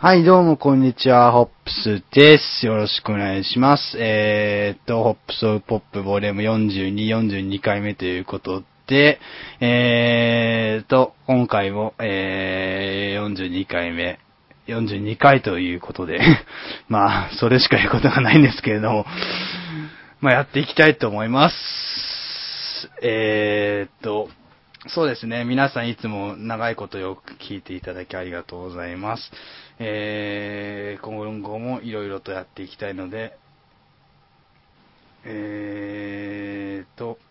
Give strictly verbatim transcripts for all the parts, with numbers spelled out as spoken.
はい、どうもこんにちは、ホップスです。よろしくお願いします。えーっと、ホップスオブポップボリュームよんじゅうに、よんじゅうにかいめということで、えーっと、今回も、えー、よんじゅうにかいめ、よんじゅうにかいということで、まあ、それしか言うことがないんですけれども、まあ、やっていきたいと思います。えーっと、そうですね。皆さんいつも長いことよく聞いていただきありがとうございます。えー、今後もいろいろとやっていきたいので、えーと、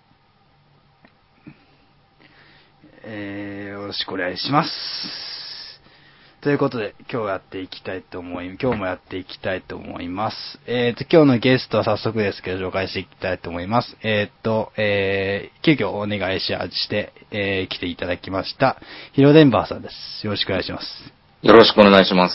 えー、よろしくお願いします。ということで、今日やっていきたいと思い、今日もやっていきたいと思います。えーと、今日のゲストは早速ですけど、紹介していきたいと思います。えーと、えー、急遽お願いしして、えー、来ていただきました、ヒロデンバーさんです。よろしくお願いします。 よろしくお願いします。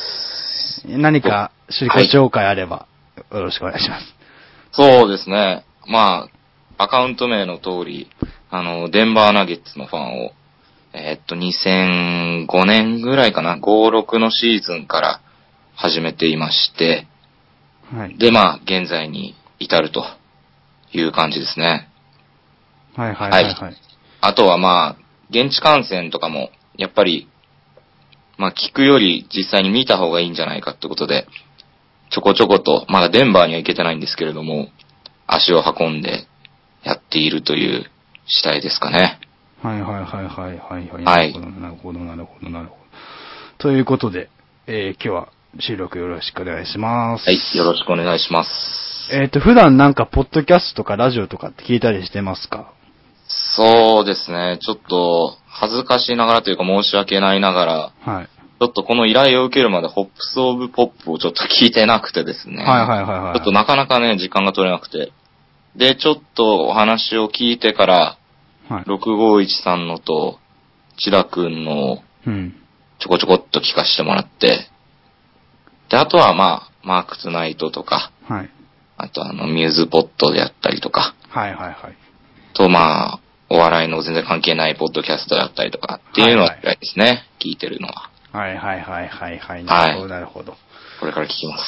何か、ご紹介あれば、よろしくお願いします。 そうですね。まあ、アカウント名の通り、あの、デンバーナゲッツのファンを、えー、っと、にせんごねんぐらいかな、ご、ろくのシーズンから始めていまして、はい、で、まあ、現在に至るという感じですね。 はいはいはい、はい。はい。 あとはまあ、現地観戦とかも、やっぱり、まあ、聞くより実際に見た方がいいんじゃないかってことで、ちょこちょこと、まだデンバーには行けてないんですけれども、足を運んでやっているという次第ですかね。 はいはいはいはいはいはい。 はい。 なるほどなるほどなるほど。ということで、えー、今日は収録よろしくお願いします。 はい、よろしくお願いします。 えっと、普段なんかポッドキャストとかラジオとかって聞いたりしてますか？ そうですね。ちょっと恥ずかしながらというか申し訳ないながら、はい。ちょっとこの依頼を受けるまでホップスオブポップをちょっと聞いてなくてですね。 はいはいはいはい。 ちょっとなかなかね、時間が取れなくて。で、ちょっとお話を聞いてから、はい、ろくごいちさんのと、千田くんの、ちょこちょこっと聞かせてもらって、で、あとはまあ、マークツナイトとか、はい。あとあの、ミューズポットであったりとか、はいはいはい。とまあ、お笑いの全然関係ないポッドキャストだったりとかっていうのは嫌いですね、はいはい、聞いてるのは。はいはいはいはいはい。なるほどなるほど。これから聞きます。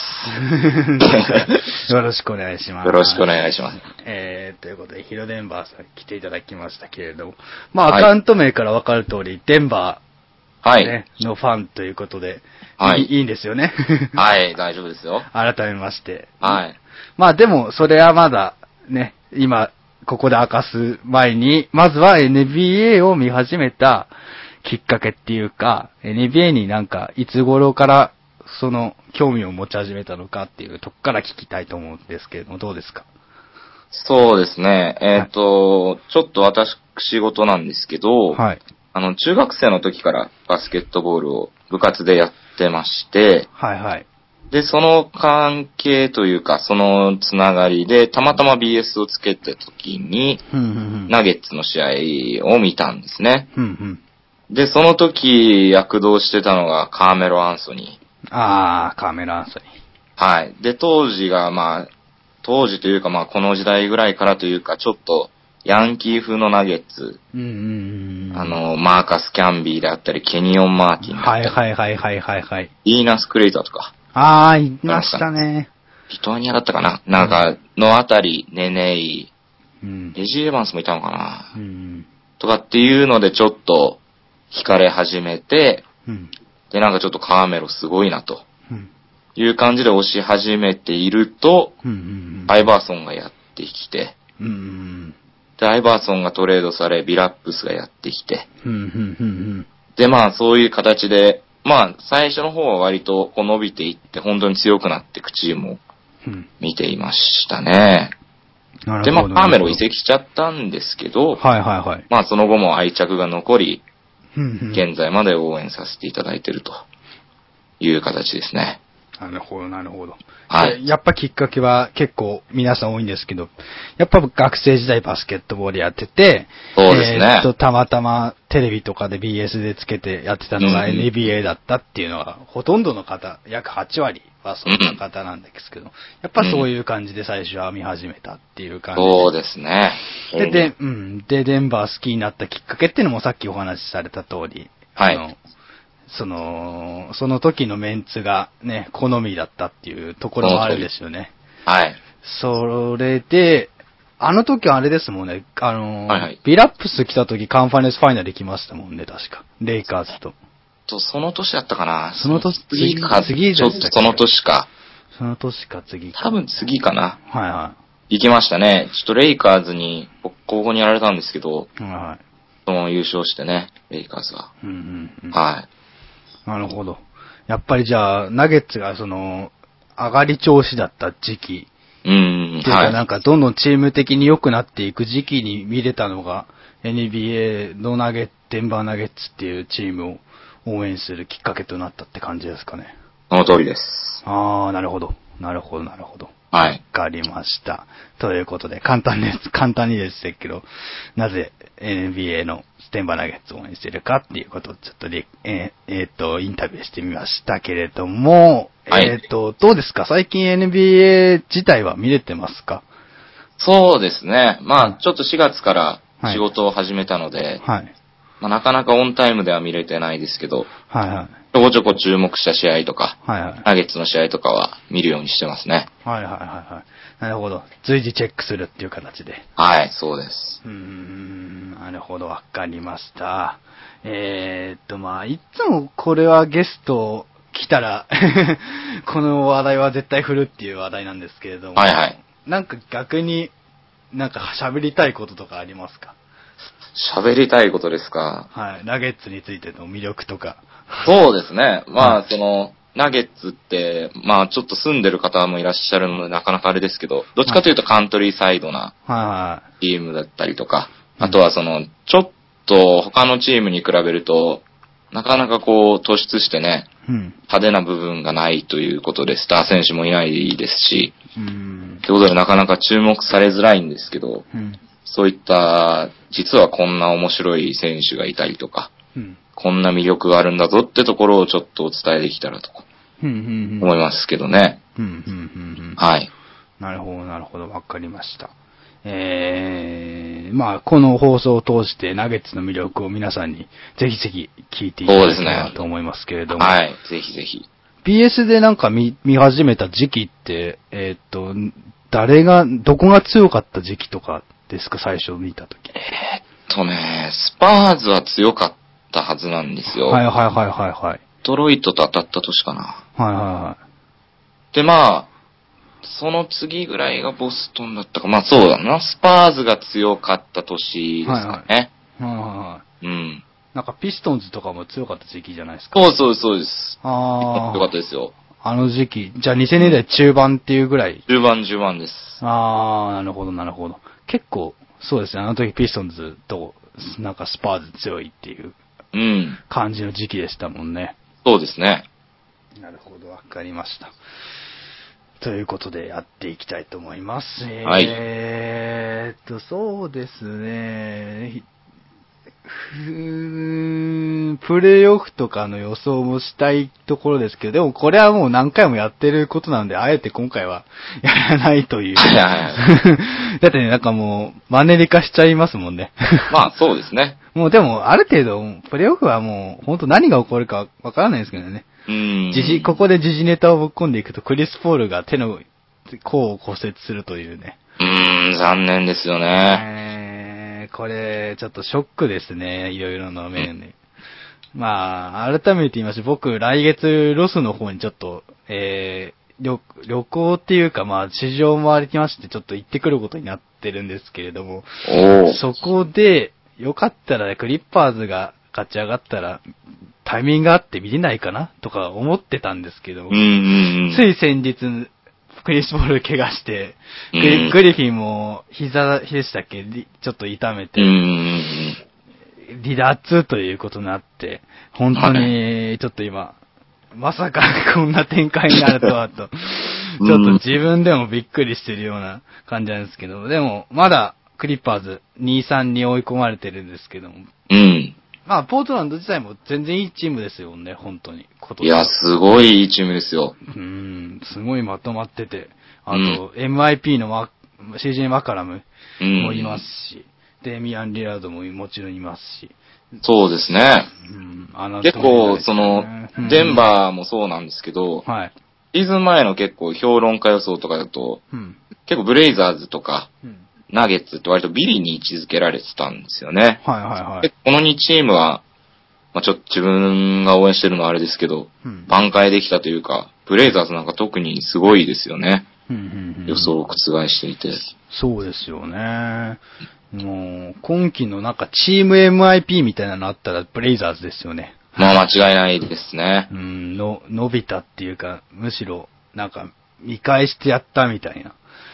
よろしくお願いします。 よろしくお願いします。 えー、ということで、ヒロデンバーさん来ていただきましたけれども、まあ、アカウント名からわかる通り、デンバー、ね、はい、のファンということで、はい、いい、いいんですよね。 はい、大丈夫ですよ。 改めまして。 はい。 まあでも、それはまだ、ね、今、ここで明かす前に、まずは エヌビーエー を見始めたきっかけっていうか、エヌビーエー になんか、いつ頃から、その、興味を持ち始めたのかっていうとこから聞きたいと思うんですけれども、どうですか？ そうですね。えっと、はい、ちょっと私事なんですけど、はい。あの、中学生の時からバスケットボールを部活でやってまして、はいはい。で、その関係というか、そのつながりで、たまたま ビーエス をつけた時に、うんうんうん、ナゲッツの試合を見たんですね。うんうん、で、その時躍動してたのがカーメロ・アンソニー。 あー、カーメロ・アンソニー。 はい。で、当時が、まあ、当時というか、まあ、この時代ぐらいからというか、ちょっと、ヤンキー風のナゲッツ。うんうんうん、あの、マーカス・キャンビーであったり、ケニオン・マーティンだったり。 はいはいはいはいはい。 イーナス・クレイターとか。 あー、いましたね。 リトアニアだったかな、うん、なんか、のあたり、ネネイ、うん、レジー・エヴァンスもいたのかな、うん、とかっていうので、ちょっと、惹かれ始めて、うん、で、なんかちょっとカーメロすごいなと。いう感じで押し始めていると、うんうんうん、アイバーソンがやってきて、うんうん、で、アイバーソンがトレードされ、ビラップスがやってきて、うんうんうんうん、で、まあそういう形で、まあ最初の方は割とこう伸びていって本当に強くなっていくチームを見ていましたね。うん、で、まあカーメロ移籍しちゃったんですけど、はいはいはい、まあその後も愛着が残り、うんうん、現在まで応援させていただいているという形ですね。 なるほど、なるほど。 はい。 やっぱきっかけは結構皆さん多いんですけど、やっぱ学生時代バスケットボールやってて、 そうですね。 えー、っと、たまたまテレビとかで ビーエス でつけてやってたのが エヌビーエー だったっていうのは、うんうん、ほとんどの方、約はちわりはそんな方なんですけど、やっぱそういう感じで最初は見始めたっていう感じで。 そうですね。 で、で、うん。で、デンバー好きになったきっかけっていうのもさっきお話しされた通り、 はい。 あのその、その時のメンツがね、好みだったっていうところもあるですよね。 はい。 それで、あの時はあれですもんね、あの、 はいはい、 ビラップス来た時カンファレンスファイナルで来ましたもんね、確か。レイカーズと。 と、その年だったかな。 その年、 次か、 次ちょっとその年か。 その年か次か。 多分次かな。 はいはい。 行きましたね。ちょっとレイカーズに、ボッコボコにやられたんですけど、 はいはい。 その優勝してね、レイカーズは。 うんうんうん。 はい。 なるほど。やっぱりじゃあ、ナゲッツがその、上がり調子だった時期。 うん、 っていうかなんかどんどんチーム的に良くなっていく時期に見れたのが エヌビーエー のナゲッデンバーナゲッツっていうチームを応援するきっかけとなったって感じですかね。 その通りです。 ああ、なるほど。なるほど、なるほど。 はい。 わかりました。ということで、簡単です、簡単にですけど、なぜ エヌビーエー のデンバーナゲッツを応援しているかっていうことをちょっとで、えー、えー、っと、インタビューしてみましたけれども、 はい、 えー、っと、どうですか？最近 エヌビーエー 自体は見れてますか？ そうですね。まあ、ちょっとしがつから仕事を始めたので、 はい。 まあ、なかなかオンタイムでは見れてないですけど、 はいはい。 ちょこちょこ注目した試合とか、 はいはい。 ナゲッツの試合とかは見るようにしてますね。 はいはいはいはい。なるほど。随時チェックするっていう形で。 はい、そうです。 うーん、なるほど、わかりました。えーっと、まあ、いつもこれはゲスト来たら、この話題は絶対振るっていう話題なんですけれども。 はいはい。 なんか逆に、なんか喋りたいこととかありますか？ 喋りたいことですか？ はい。ナゲッツについての魅力とか。 そうですね。まあ、 はい、 その、ナゲッツって、まあ、ちょっと住んでる方もいらっしゃるので、なかなかあれですけど、どっちかというとカントリーサイドなチームだったりとか、あとはその、ちょっと他のチームに比べると、なかなかこう、突出してね、うん、派手な部分がないということで、スター選手もいないですし、うん、ということでなかなか注目されづらいんですけど、うん、そういった、実はこんな面白い選手がいたりとか、うん、こんな魅力があるんだぞってところをちょっとお伝えできたらと思いますけどね。はい。 なるほど、なるほど、わかりました。えー、まあ、この放送を通してナゲッツの魅力を皆さんにぜひぜひ聞いていただければと思いますけれども。 ね、はい、ぜひぜひ。 ビーエス でなんか見、見始めた時期って、えー、っと、誰が、どこが強かった時期とかですか、最初見たとき。 えー、っとね、スパーズは強かったはずなんですよ。 はいはいはいはいはい。 デトロイトと当たった年かな。 はいはいはい。 で、まあ、その次ぐらいがボストンだったか。まあそうだな。スパーズが強かった年ですかね。 はいはい。はいはい。 うん。 なんかピストンズとかも強かった時期じゃないですか。 そうそうそうです。 ああ。 強かったですよ。 あの時期。じゃあにせんねんだい中盤っていうぐらい。 中盤中盤です。 ああ、なるほどなるほど。結構、そうですね。あの時ピストンズと、なんかスパーズ強いっていう。うん。感じの時期でしたもんね。 そうですね。 なるほど、わかりました。ということでやっていきたいと思います。 はい。 えーっと、そうですね。ふーん、プレイオフとかの予想もしたいところですけど、でもこれはもう何回もやってることなんで、あえて今回はやらないという。だってね、なんかもう、マンネリ化しちゃいますもんね。 まあ、そうですね。 もうでも、ある程度、プレイオフはもう、本当何が起こるかわからないですけどね。 うん。 時事、ここで時事ネタをぶっ込んでいくと、クリス・ポールが手の甲を骨折するというね。 うーん、残念ですよね。 えー、これ、ちょっとショックですね。いろいろな面で。まあ、改めて言いましょう。僕、来月、ロスの方にちょっと、えー、旅、旅行っていうか、まあ、市場を回りまして、ちょっと行ってくることになってるんですけれども、そこで、よかったら、クリッパーズが勝ち上がったら、タイミングがあって見れないかなとか思ってたんですけど、 うんうんうん、 つい先日、クリス・ボール怪我して、うん、グリフィンも膝でしたっけちょっと痛めて、うん、離脱ということになって、本当にちょっと今、まさかこんな展開になるとはと、ちょっと自分でもびっくりしてるような感じなんですけど、でもまだクリッパーズにたいさんに追い込まれてるんですけども、うんまあ、ポートランド自体も全然いいチームですよね、本当に。 いや、すごいいいチームですよ。 うん、すごいまとまってて。あと、うん、エムアイピー のマ シージェー マカラムもいますし、うん、デミアン・リラードももちろんいますし。 そうですね。 うん、あの結構、その、うん、デンバーもそうなんですけど、はい。シーズン前の結構評論家予想とかだと、うん、結構ブレイザーズとか、うん、ナゲッツって割とビリに位置づけられてたんですよね。 はいはいはい。 で、このにチームは、まあ、ちょっと自分が応援してるのはあれですけど、うん、挽回できたというか、ブレイザーズなんか特にすごいですよね。うんうんうん、予想を覆していて。 そうですよね。もう、今季のなんかチーム エムアイピー みたいなのあったらブレイザーズですよね。 まあ間違いないですね。 うん、の、伸びたっていうか、むしろ、なんか、見返してやったみたいな。 うん。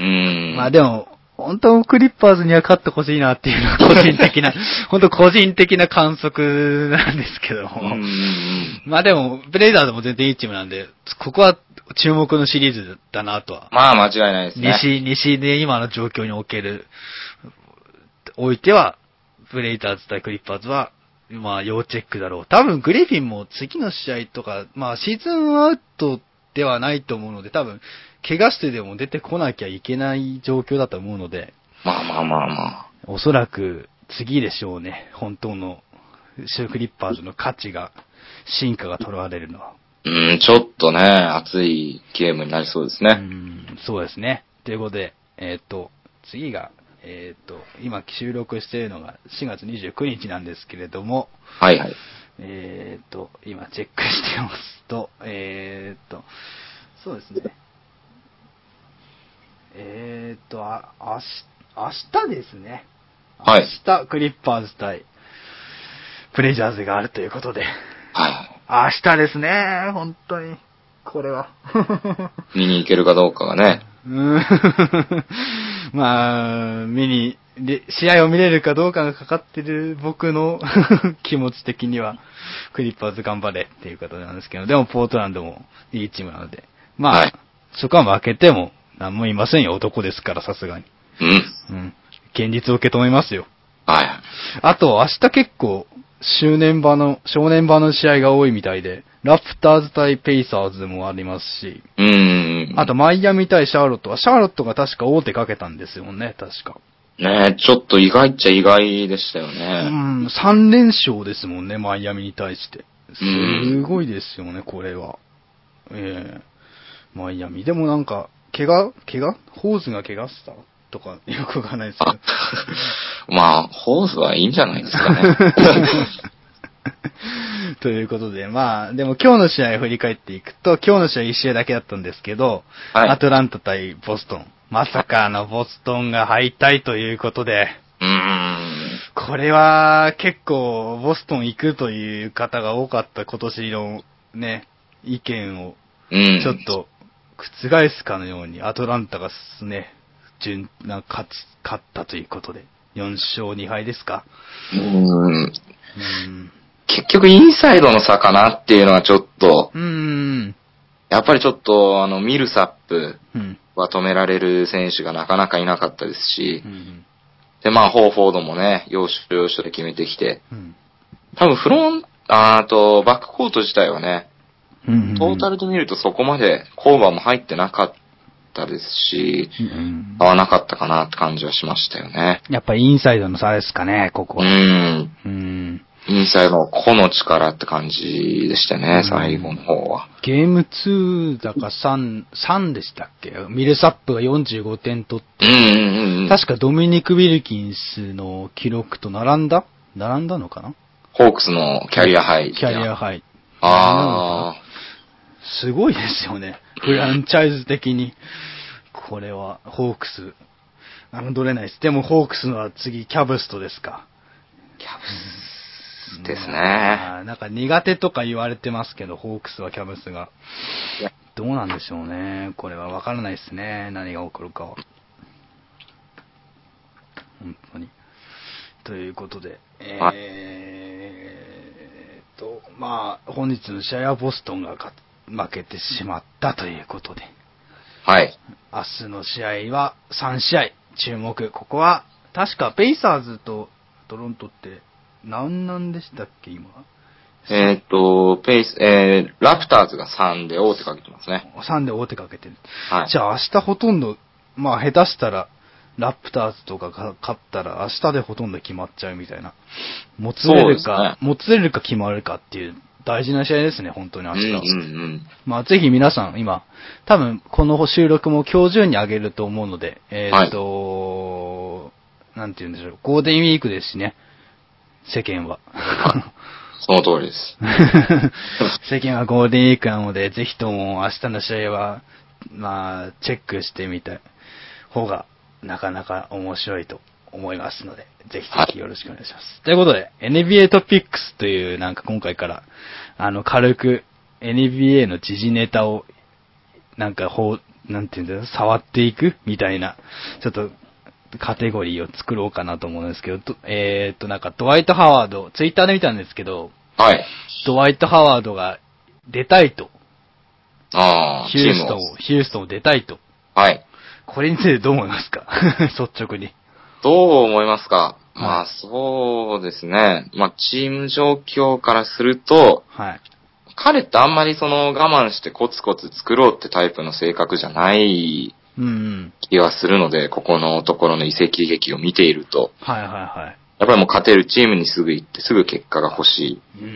まあでも、本当クリッパーズには勝ってほしいなっていうのは個人的な、本当個人的な観測なんですけども。 うんまあでも、ブレイザーズも全然いいチームなんで、ここは注目のシリーズだなとは。 まあ間違いないですね。 西、西で今の状況における、おいては、ブレイザーズ対クリッパーズは、まあ要チェックだろう。多分グリフィンも次の試合とか、まあシーズンアウトではないと思うので、多分、怪我してでも出てこなきゃいけない状況だと思うので。 まあまあまあまあ。 おそらく次でしょうね。本当のシュークリッパーズの価値が、進化が取られるのは。 うん、ちょっとね、熱いゲームになりそうですね。 うん、そうですね。ということで、えっと、次が、えっと、今収録しているのがしがつにじゅうくにちなんですけれども。 はいはい。 えっと、今チェックしてますと、えっと、そうですね。えーっと、あ、明日、明日ですね。 はい。 明日、クリッパーズ対、プレジャーズがあるということで。 はい。 明日ですね、本当に。これは。 見に行けるかどうかがね。 うんまあ、見に、試合を見れるかどうかがかかってる僕の気持ち的には、クリッパーズ頑張れっていうことなんですけど、でもポートランドもいいチームなので、まあ、はい、そこは負けても何もいませんよ、男ですから、さすがに。 うん。 うん。現実を受け止めますよ。 はい。 あと、明日結構、周年場の、少年場の試合が多いみたいで、ラプターズ対ペイサーズもありますし、 うん。 あと、マイアミ対シャーロットは、シャーロットが確か大手かけたんですよね、確か。 ねえ、ちょっと意外っちゃ意外でしたよね。 うん、さん連勝ですもんね、マイアミに対して。すごいですよね、これは。ええー、マイアミ。でもなんか、怪我怪我ホーズが怪我したとか、よくわかんないですけど。 まあ、ホーズはいいんじゃないですかね。 ということで、まあ、でも今日の試合を振り返っていくと、今日の試合いち試合だけだったんですけど、はい、アトランタ対ボストン。まさかのボストンが敗退ということで、 うーんこれは結構ボストン行くという方が多かった今年のね、意見をちょっと覆すかのようにアトランタがね、順な勝ち、勝ったということで、よんしょうにはいですか？ うーんうん結局インサイドの差かなっていうのはちょっと、 うーんやっぱりちょっとあのミルサップは止められる選手がなかなかいなかったですし、うん、でまあホーフォードもね、要所要所で決めてきて、うん、多分フロン、あとバックコート自体はね、うんうん、トータルで見るとそこまでコーバーも入ってなかったですし、うん、合わなかったかなって感じはしましたよね。 やっぱりインサイドの差ですかね、ここは。 うん。 うんインサイドの個の力って感じでしたね、最後の方は。 ゲームツーだかさん、さんでしたっけ？ミルサップがよんじゅうごてん取って、 うんうんうん、 確かドミニク・ウィルキンスの記録と並んだ並んだのかな？ ホークスのキャリアハイ。 キャリアハイ。 ああ。 すごいですよね。フランチャイズ的に。これは、ホークス。侮れないです。でもホークスのは次、キャブスとですか。 キャブス。ですね。 なんか苦手とか言われてますけど、ホークスはキャブスが。どうなんでしょうね。これはわからないですね。何が起こるかは。本当に。ということで、えーっと、まあ、本日の試合はボストンが負けてしまったということで。 はい。 明日の試合はさんしあい。注目。ここは、確かペイサーズとトロントって、何なんでしたっけ、今。 えー、っと、ペース、えー、ラプターズがさんで大手かけてますね。 さんで大手かけてる。 はい。 じゃあ明日ほとんど、まあ下手したら、 ラプターズとかが勝ったら明日でほとんど決まっちゃうみたいな。もつれるか、ね、もつれるか決まるかっていう大事な試合ですね、本当に明日。 うんうんうん、 まあぜひ皆さん今、多分この収録も今日中に上げると思うので、えー、っと、はい、なんて言うんでしょう、ゴールデンウィークですしね、世間は。 その通りです。 世間はゴールデンウィークなので、ぜひとも明日の試合は、まあ、チェックしてみた方が、なかなか面白いと思いますので、ぜひぜひよろしくお願いします。はい、ということで、エヌビーエー トピックスという、なんか今回から、あの、軽く エヌビーエー の時事ネタを、なんか、ほう、なんていうんだろう、触っていくみたいな、ちょっと、カテゴリーを作ろうかなと思うんですけど、えー、っと、なんか、ドワイト・ハワード、ツイッターで見たんですけど、 はい。 ドワイト・ハワードが出たいと。 ああ、 ヒューストンを、ヒューストンを出たいと。 はい。 これについてどう思いますか率直に。 どう思いますか、はい、まあそうですね。まあチーム状況からすると、 はい。 彼ってあんまりその我慢してコツコツ作ろうってタイプの性格じゃない気がするので、うんうん、ここのところの移籍劇を見ていると。 はいはいはい。 やっぱりもう勝てるチームにすぐ行ってすぐ結果が欲しい。うん。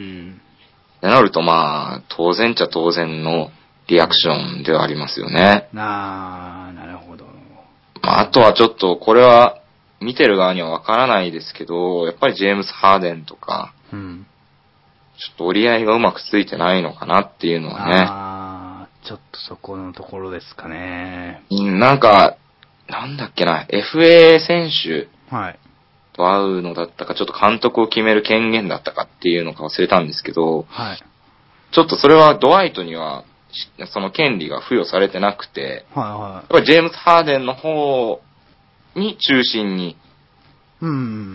ってなるとまあ、当然っちゃ当然のリアクションではありますよね。 ああ、なるほど。 まあ、あとはちょっと、これは、見てる側にはわからないですけど、やっぱりジェームス・ハーデンとか、うん、ちょっと折り合いがうまくついてないのかなっていうのはね。 ああ、ちょっとそこのところですかね。 なんか、なんだっけな、エフエー 選手と会うのだったか、ちょっと監督を決める権限だったかっていうのか忘れたんですけど、はい、ちょっとそれはドワイトには、その権利が付与されてなくて、はいはい、やっぱりジェームス・ハーデンの方に中心に、うん、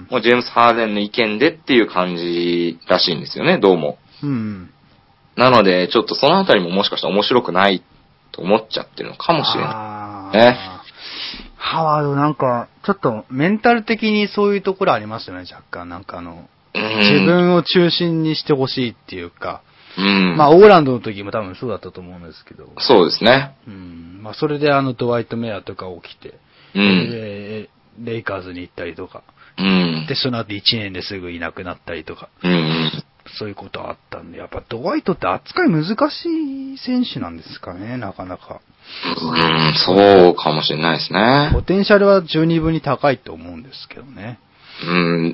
もうジェームス・ハーデンの意見でっていう感じらしいんですよね、どうも。うん、なので、ちょっとそのあたりももしかしたら面白くないと思っちゃってるのかもしれない。ね。 ハワードなんか、ちょっとメンタル的にそういうところありますよね、若干。なんかあの、自分を中心にしてほしいっていうか、うん、まあ、オーランドの時も多分そうだったと思うんですけど。 そうですね。 うん。まあ、それであの、ドワイト・メアとか起きて、うん、えー、レイカーズに行ったりとか、うん、で、その後いちねんですぐいなくなったりとか、うん、そういうことあったんで、やっぱドワイトって扱い難しい選手なんですかね、なかなか。 うん、そうかもしれないですね。 ポテンシャルは十二分に高いと思うんですけどね。 うん。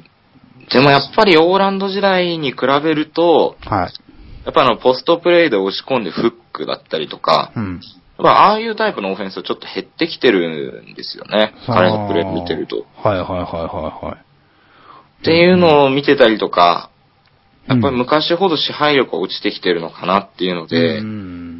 でもやっぱりオーランド時代に比べると、はい。やっぱあの、ポストプレイで押し込んでフックだったりとか、うん。やっぱああいうタイプのオフェンスはちょっと減ってきてるんですよね。彼のプレー見てると。 はいはいはいはいはい。 っていうのを見てたりとか、やっぱり昔ほど支配力が落ちてきてるのかなっていうので、うん、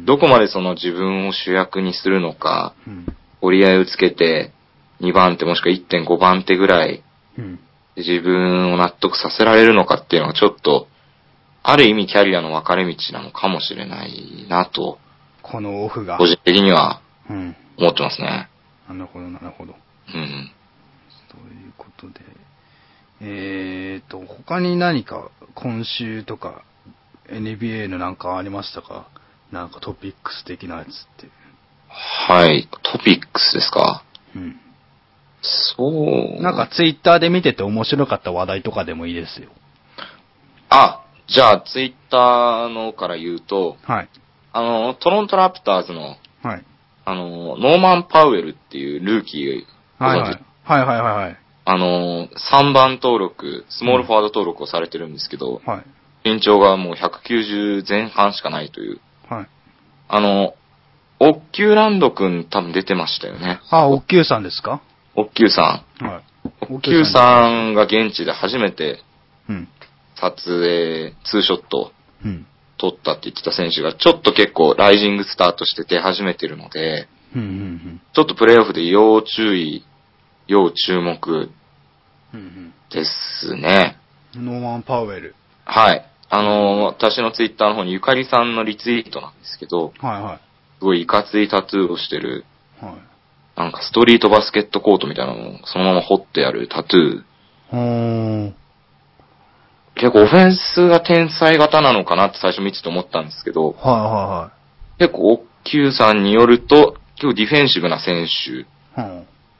どこまでその自分を主役にするのか、うん、折り合いをつけてにばん手もしくは いってんご 番手ぐらい、うん、自分を納得させられるのかっていうのがちょっと、ある意味キャリアの分かれ道なのかもしれないなと。 このオフが。 個人的には思ってますね。 なるほどなるほど。うん。ということで。えーと、他に何か今週とか エヌビーエー のなんかありましたか？なんかトピックス的なやつって。 はい、トピックスですか。うん。そう。 なんかツイッターで見てて面白かった話題とかでもいいですよ。 あ、じゃあツイッターのから言うと、はい。あの、トロントラプターズの、はい。あの、ノーマン・パウエルっていうルーキーが、はいはい。はいはいはいはい。 あの、さんばん登録、スモールフォワード登録をされてるんですけど、はい、身長がもうひゃくきゅうじゅう前半しかないという。はい。あの、オッキューランドくん多分出てましたよね。 あ、オッキューさんですか？ オッキューさん。はい。オッキューさんが現地で初めて、撮影、ツーショット、うん。撮ったって言ってた選手が、ちょっと結構ライジングスターとして出始めてるので、うんうんうん、ちょっとプレイオフで要注意、要注目ですね。 ノーマン・パウエル。 はい。あの、私のツイッターの方にゆかりさんのリツイートなんですけど、はいはい。すごいいかついタトゥーをしてる、はい。なんかストリートバスケットコートみたいなのをそのまま彫ってあるタトゥー。ーん。結構オフェンスが天才型なのかなって最初見てて思ったんですけど、はいはいはい。結構、オッキューさんによると、結構ディフェンシブな選手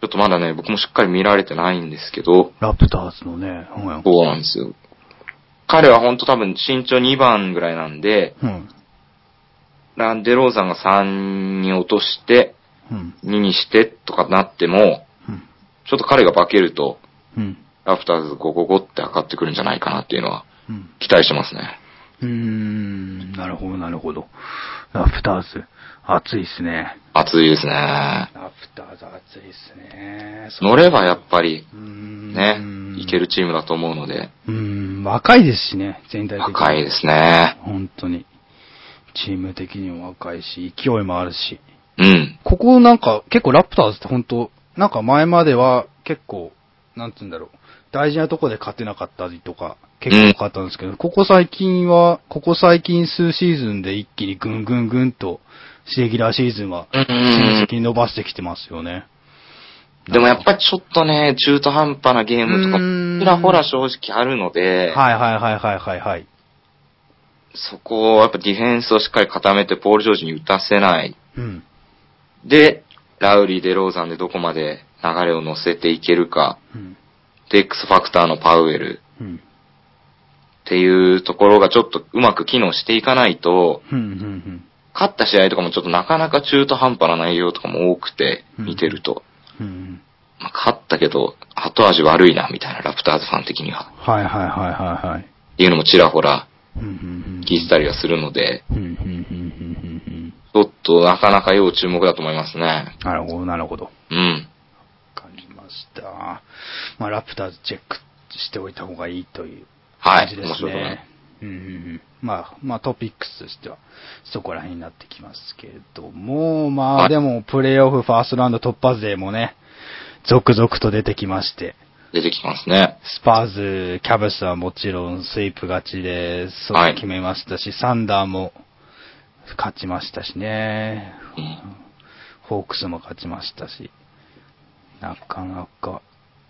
ちょっとまだね、僕もしっかり見られてないんですけど。 ラプターズのね、 うん、そうなんですよ。彼はほんと多分身長にばんぐらいなんで、うん、ランデローザンがさんに落として、うん、ににしてとかなっても、うん、ちょっと彼が化けると、うん、ラプターズごごごって上がってくるんじゃないかなっていうのは、期待してますね。 うーん、なるほど、なるほど。ラプターズ、熱いですね。 熱いですね。 ラプターズ熱いですね。 乗ればやっぱり、ね、いけるチームだと思うので。 うーん、若いですしね、全体的に。 若いですね。 本当に。チーム的にも若いし、勢いもあるし。 うん。 ここなんか、結構ラプターズって本当なんか前までは結構、なんつうんだろう、大事なとこで勝てなかったりとか、結構多かったんですけど、うん、ここ最近は、ここ最近数シーズンで一気にぐんぐんぐんと、レギュラーシーズンは、成績伸ばしてきてますよね。 でもやっぱりちょっとね、中途半端なゲームとか、ちらほら正直あるので、 はいはいはいはいはいはい。 そこをやっぱディフェンスをしっかり固めてポール・ジョージに打たせない。 うん、 で、ラウリー・デローザンでどこまで流れを乗せていけるか。うん、で、X ファクターのパウエル。うん、っていうところがちょっとうまく機能していかないと、 うんうんうん、 勝った試合とかもちょっとなかなか中途半端な内容とかも多くて、見てると。うんうんまあ、勝ったけど、後味悪いな、みたいな、ラプターズファン的には。 はいはいはいはいはい。 っていうのもちらほら、聞いてたりはするので、ちょっとなかなか要注目だと思いますね。 なるほど、なるほど。 うん。 わかりました。まあ、ラプターズチェックしておいた方がいいという感じですね。はい、面白いと思います。うんうんうん、まあ、まあトピックスとしてはそこら辺になってきますけれども、まあでもプレイオフファーストラウンド突破勢もね、続々と出てきまして。 出てきますね。 スパーズ、キャブスはもちろんスイープ勝ちで、そう決めましたし、はい、サンダーも勝ちましたしね、うん、ホークスも勝ちましたし、なかなか、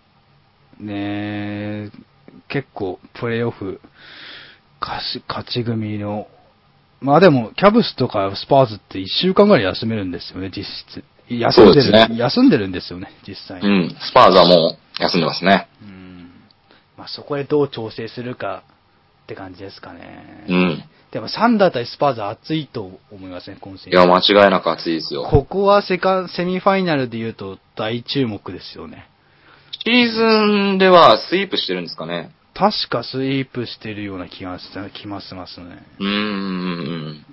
ね結構プレイオフ、勝ち、勝ち組の、まあでも、キャブスとかスパーズっていっしゅうかんぐらい休めるんですよね、実質。休んでる、ね、休んでるんですよね、実際に。 うん、スパーズはもう休んでますね。 うん。まあそこでどう調整するかって感じですかね。 うん。 でもサンダー対スパーズは熱いと思いますね、今シーズン。 いや、間違いなく熱いですよ。 ここはセカセミファイナルで言うと大注目ですよね。 シーズンではスイープしてるんですかね。 確かスイープしてるような気がした気がしますね。 うーん。うん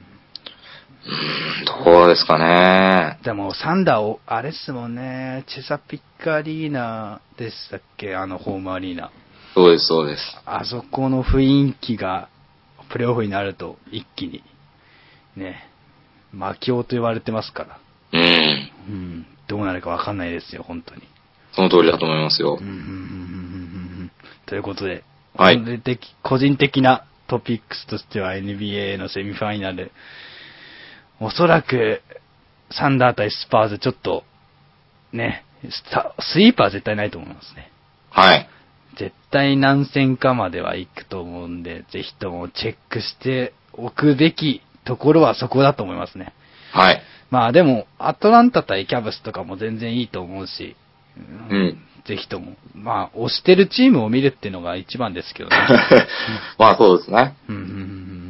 どうですかね。 でもサンダーをあれっすもんね、チェサピックアリーナでしたっけ、あのホームアリーナ。 そうですそうです。 あそこの雰囲気がプレーオフになると一気にね、魔境と言われてますから。 うん。 うん。どうなるかわかんないですよ、本当に。 その通りだと思いますよ。 うんうんうんうんうん。ということで、 はい。 個人的なトピックスとしては エヌビーエー のセミファイナル、おそらくサンダー対スパーズちょっとね、スイーパーは絶対ないと思いますね。 はい。 絶対何戦かまでは行くと思うんで、ぜひともチェックしておくべきところはそこだと思いますね。 はい。 まあでも、アトランタ対キャブスとかも全然いいと思うし、 うん。 ぜひとも。まあ、推してるチームを見るっていうのが一番ですけどね。 まあそうですね。 うんうんうん。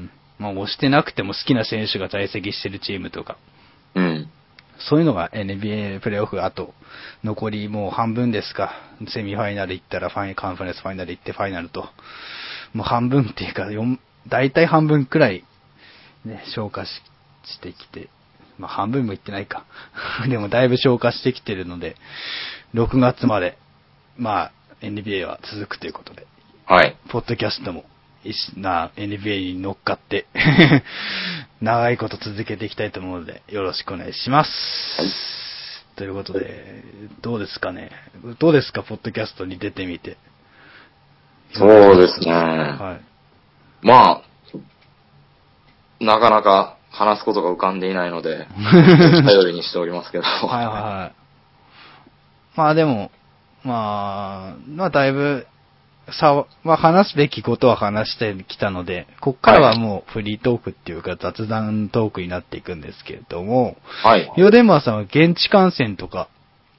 まあ推してなくても好きな選手が在籍してるチームとか。 うん。 そういうのが エヌビーエー プレイオフあと、残りもう半分ですか。セミファイナル行ったらファイカンファレンスファイナル行ってファイナルと。もう半分っていうか、だいたい半分くらい、ね、消化し、してきて。まあ半分も行ってないか。でもだいぶ消化してきてるので、ろくがつまで、まあ エヌビーエー は続くということで。 はい。 ポッドキャストも、な エヌビーエー に乗っかって、長いこと続けていきたいと思うので、よろしくお願いします。はい。ということで、どうですかね。どうですか、ポッドキャストに出てみて。 そうですね。はい。まあ、なかなか話すことが浮かんでいないので、頼りにしておりますけど。 はいはいはい。まあでも、まあ、まあだいぶ、さ、まあ話すべきことは話してきたので、こっからはもうフリートークっていうか雑談トークになっていくんですけれども、 はい。 ヨデマーさんは現地観戦とか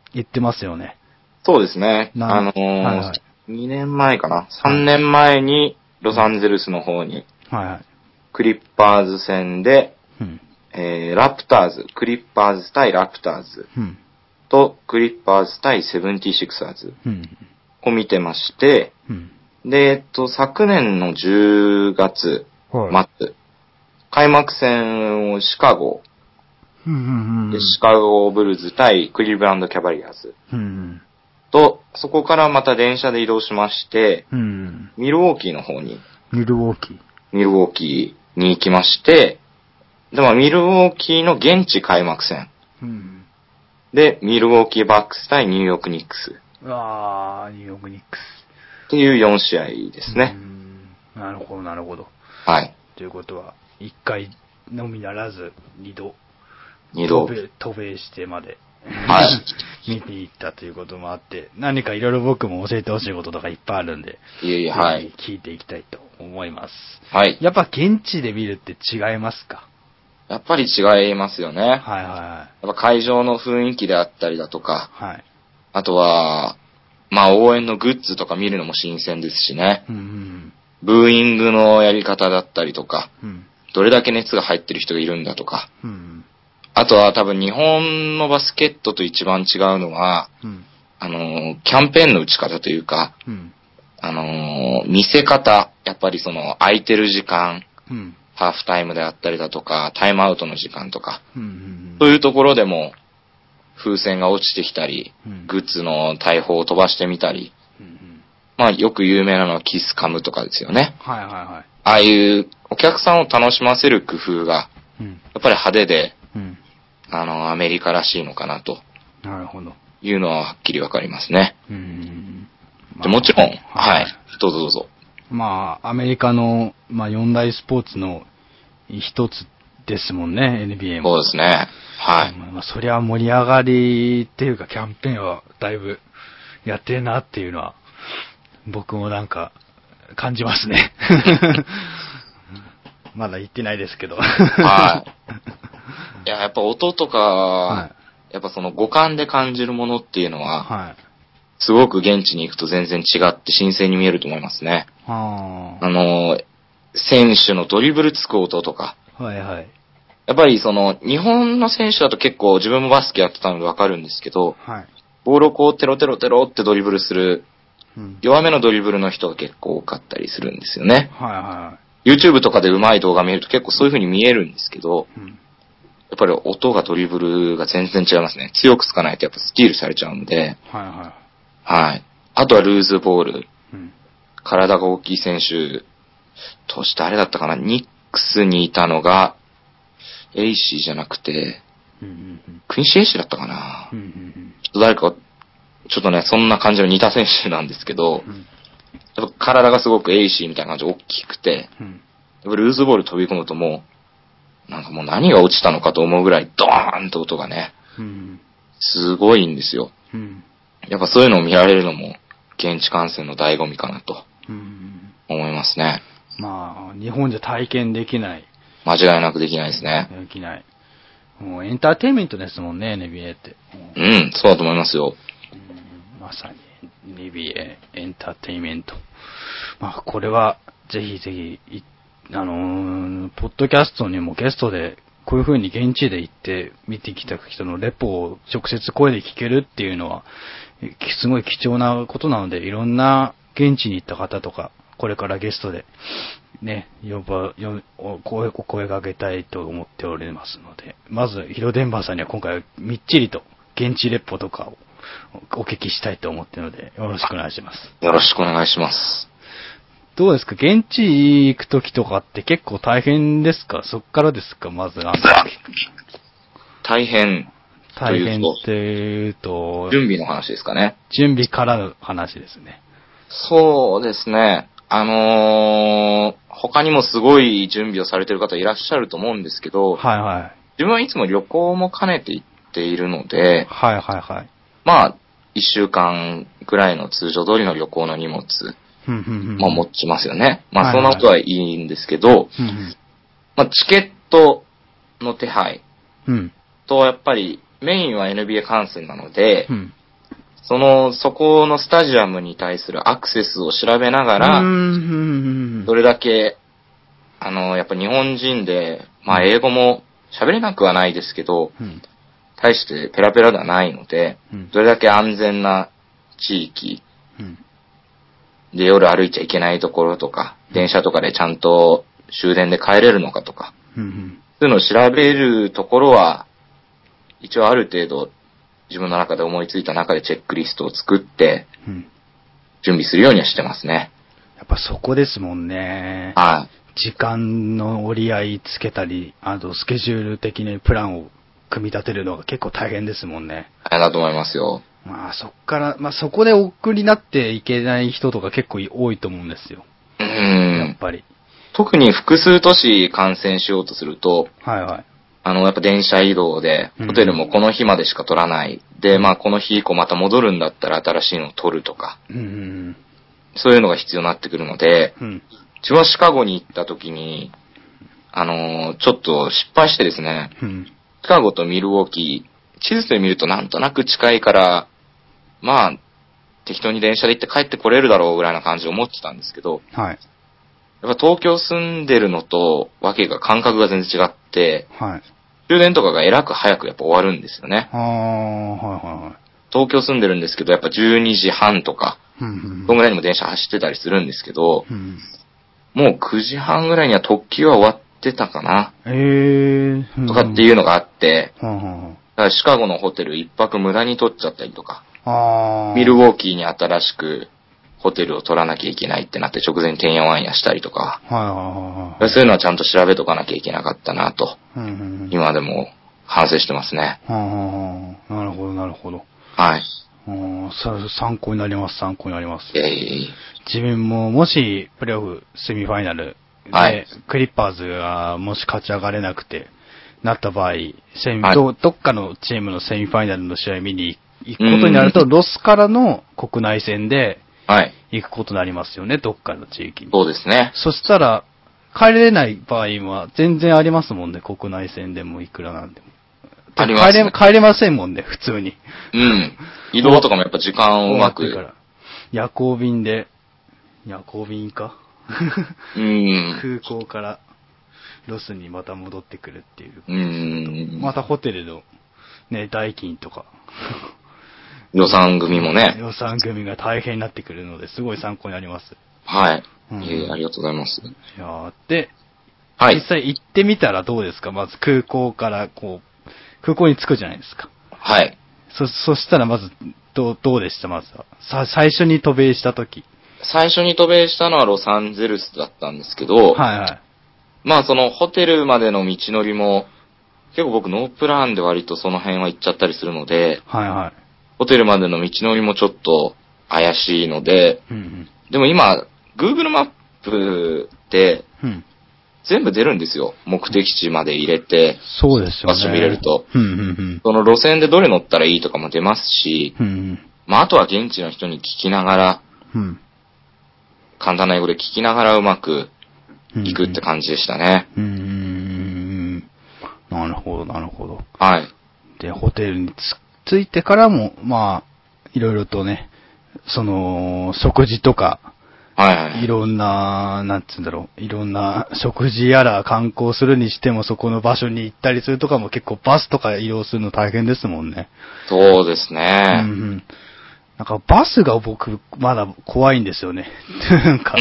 行ってますよね。 そうですね。あのーはいはい、にねんまえかな ?さんねんまえにロサンゼルスの方に、はいはい、クリッパーズ戦で、うんえー、ラプターズ、クリッパーズ対ラプターズ、うん、とクリッパーズ対セブンティシクサーズを見てまして、うん、で、えっと、昨年のじゅうがつ末、はい、開幕戦をシカゴ、うんうんうん、でシカゴブルズ対クリーブランドキャバリアーズ、うんうん、と、そこからまた電車で移動しまして、うんうん、ミルウォーキーの方に、 ミルウォーキーミルウォーキーに行きまして、でもミルウォーキーの現地開幕戦、うん、で、ミルウォーキーバックス対ニューヨークニックス。 うわー、ニューヨークニックス。 っていうよん試合ですね。 うーん、なるほど、なるほど。 はい。 ということは、いっかいのみならず、にど。 にど。 渡米、渡米してまで。 はい。 見ていったということもあって、何かいろいろ僕も教えてほしいこととかいっぱいあるんで、 いえいえ、はい。 聞いていきたいと思います。 はい。 やっぱ現地で見るって違いますか？ やっぱり違いますよね。はいはいはい。 やっぱ会場の雰囲気であったりだとか、 はい。 あとは、まあ応援のグッズとか見るのも新鮮ですしね。うんうん、ブーイングのやり方だったりとか、うん、どれだけ熱が入ってる人がいるんだとか、うん、あとは多分日本のバスケットと一番違うのは、うん、あの、キャンペーンの打ち方というか、うん、あの、見せ方、やっぱりその空いてる時間、うんハーフタイムであったりだとか、タイムアウトの時間とか、うんうんうん、そういうところでも風船が落ちてきたり、うん、グッズの大砲を飛ばしてみたり、うんうん、まあよく有名なのはキスカムとかですよね。 はいはいはい。 ああいうお客さんを楽しませる工夫が、やっぱり派手で、うん、あの、アメリカらしいのかなと。 なるほど。 いうのははっきりわかりますね。 うん、 まあ、もちろん、はい、はい。どうぞどうぞ。 まあ、アメリカの、まあ、四大スポーツの一つですもんね、エヌビーエー も。 そうですね。はい。 まあ、そりゃ盛り上がりっていうか、キャンペーンはだいぶやってるなっていうのは、僕もなんか、感じますね。まだ言ってないですけど。 はい。いや、やっぱ音とか、はい、やっぱその五感で感じるものっていうのは、はい。すごく現地に行くと全然違って新鮮に見えると思いますね。あの、選手のドリブルつく音とか。 はいはい。 やっぱりその、日本の選手だと結構自分もバスケやってたのでわかるんですけど、はい。ボールをこうテロテロテロってドリブルする、うん、弱めのドリブルの人が結構多かったりするんですよね。 はいはい。 YouTube とかで上手い動画見ると結構そういう風に見えるんですけど、うん、やっぱり音がドリブルが全然違いますね。強くつかないとやっぱスティールされちゃうんで、 はいはい。 はい。あとはルーズボール。うん、体が大きい選手として誰だったかなニックスにいたのが、エイシーじゃなくて、うんうんうん、クインシーエイシーだったかな、うんうんうん、ちょっと誰か、ちょっとね、そんな感じの似た選手なんですけど、うん、やっぱ体がすごくエイシーみたいな感じで大きくて、うん、やっぱルーズボール飛び込むともう、なんかもう何が落ちたのかと思うぐらいドーンと音がね、うん、すごいんですよ。うんやっぱそういうのを見られるのも現地観戦の醍醐味かなと思いますね。 まあ、日本じゃ体験できない。 間違いなくできないですね。 できない。もうエンターテインメントですもんね、エヌビーエー って。 うん、そうだと思いますよ。 うんまさに エヌビーエー エンターテインメント。まあ、これはぜひぜひ、あのー、ポッドキャストにもゲストでこういう風に現地で行って見てきた人のレポを直接声で聞けるっていうのは、すごい貴重なことなので、いろんな現地に行った方とか、これからゲストで、ね、呼ば、お声、お声掛けたいと思っておりますので、まず、ヒロデンバーさんには今回みっちりと現地レポとかをお聞きしたいと思っているので、よろしくお願いします。 よろしくお願いします。 どうですか現地行くときとかって結構大変ですかそっからですかまず、あの、 大変。 大変っていうと、 準備の話ですかね。 準備からの話ですね。 そうですね。あのー、他にもすごい準備をされている方いらっしゃると思うんですけど、 はいはい。 自分はいつも旅行も兼ねて行っているので、 はいはいはい。 まあ、一週間くらいの通常通りの旅行の荷物、まあ持ちますよね。まあそんなことはいいんですけど、はいはいまあチケットの手配とやっぱりメインは エヌビーエー 観戦なので、うん、 その、そこのスタジアムに対するアクセスを調べながら、どれだけ、あの、やっぱ日本人で、まあ英語も喋れなくはないですけど、うん、大してペラペラではないので、うん、どれだけ安全な地域、うん、で夜歩いちゃいけないところとか、電車とかでちゃんと終電で帰れるのかとか、うんうん、そういうのを調べるところは、一応ある程度自分の中で思いついた中でチェックリストを作って、準備するようにはしてますね。 やっぱそこですもんね。 はい。 時間の折り合いつけたり、あとスケジュール的にプランを組み立てるのが結構大変ですもんね。 大変だと思いますよ。 まあそっから、まあそこで億劫になっていけない人とか結構多いと思うんですよ。 うん。 やっぱり。 特に複数都市感染しようとすると、 はいはい。 あの、やっぱ電車移動で、ホテルもこの日までしか取らない。うん、で、まあこの日以降また戻るんだったら新しいのを取るとか。うん。そういうのが必要になってくるので、うん、自分はシカゴに行った時に、あのー、ちょっと失敗してですね、うん、シカゴとミルウォーキー、地図で見るとなんとなく近いから、まあ、適当に電車で行って帰ってこれるだろうぐらいな感じで思ってたんですけど、はい、やっぱ東京住んでるのとわけが感覚が全然違って、はい、終電とかがえらく早くやっぱ終わるんですよね。あ、はいはいはい、東京住んでるんですけど、やっぱじゅうにじはんとか、そのぐらいにも電車走ってたりするんですけど、うん、もうくじはんぐらいには特急は終わってたかな。へー。とかっていうのがあって、うん、だからシカゴのホテル一泊無駄に取っちゃったりとか、あミルウォーキーに新しくホテルを取らなきゃいけないってなって直前にてんやわんやしたりとか、はいはいはい、そういうのはちゃんと調べとかなきゃいけなかったなと、うんうんうん、今でも反省してますね。 はあはあ、なるほどなるほど。 はい。 参考になります、参考になります。 えー、 自分ももしプレーオフセミファイナルで、はい、クリッパーズがもし勝ち上がれなくてなった場合、セミ、はい、ど, どっかのチームのセミファイナルの試合見に行くことになると、ロスからの国内戦で行くことになりますよね、どっかの地域に。 そうですね。 そしたら、帰れない場合は全然ありますもんね、国内戦でもいくらなんでも。 ありますね。 帰れ、帰れませんもんね、普通に。 うん。移動とかもやっぱ時間をうまく。から夜行便で、夜行便かうん。 空港からロスにまた戻ってくるっていう。 うん。 またホテルのね、代金とか。 予算組もね。 予算組が大変になってくるので、すごい参考になります。 はい。うん、えー、ありがとうございます。 いやで、 はい、 実際行ってみたらどうですか？まず空港からこう、空港に着くじゃないですか。 はい。 そ、そしたらまず、どう、どうでしたまずは。さ、最初に渡米したとき。 最初に渡米したのはロサンゼルスだったんですけど、 はいはい。 まあそのホテルまでの道のりも、結構僕ノープランで割とその辺は行っちゃったりするので、 はいはい。 ホテルまでの道のりもちょっと怪しいので、うんうん、でも今、Google マップで、全部出るんですよ。目的地まで入れて、 そうですよね。 場所見れると、 うんうんうん。 その路線でどれ乗ったらいいとかも出ますし、 うんうん、 まああとは現地の人に聞きながら、 うん、 簡単な英語で聞きながらうまく行くって感じでしたね。 うんうん、なるほど、なるほど。 はい。 で、ホテルに着いてからも、まあ、いろいろとね、その、食事とか、 はいはい。 いろんな、なんつうんだろう、いろんな食事やら観光するにしてもそこの場所に行ったりするとかも結構バスとか移動するの大変ですもんね。 そうですね。 うんうん。なんかバスが僕まだ怖いんですよね。なんか。 うん。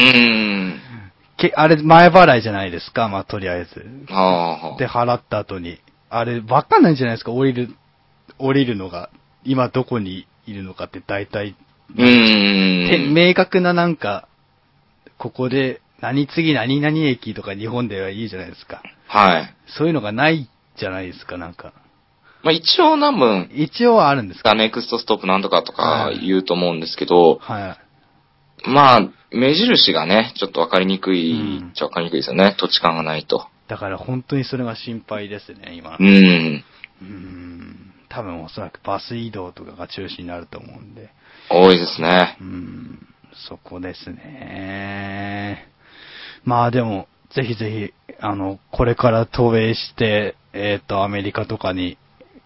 け、あれ前払いじゃないですか、まあとりあえず。 はあ、 で、払った後に。あれわかんないんじゃないですか、降りる、降りるのが。今どこにいるのかって大体。 うん。 明確ななんか、ここで、何次何々駅とか日本ではいいじゃないですか。 はい。 そういうのがないじゃないですか、なんか。 まあ一応多分。 一応はあるんですか？ ネクストストップなんとかとか言うと思うんですけど。 はい。 まあ、目印がね、ちょっとわかりにくい、っちゃわかりにくいですよね。土地勘がないと。 だから本当にそれが心配ですね、今。 うん。 うん。多分おそらくバス移動とかが中心になると思うんで。 多いですね。 うん。そこですね。まあでも、ぜひぜひ、あの、これから渡米して、えっと、アメリカとかに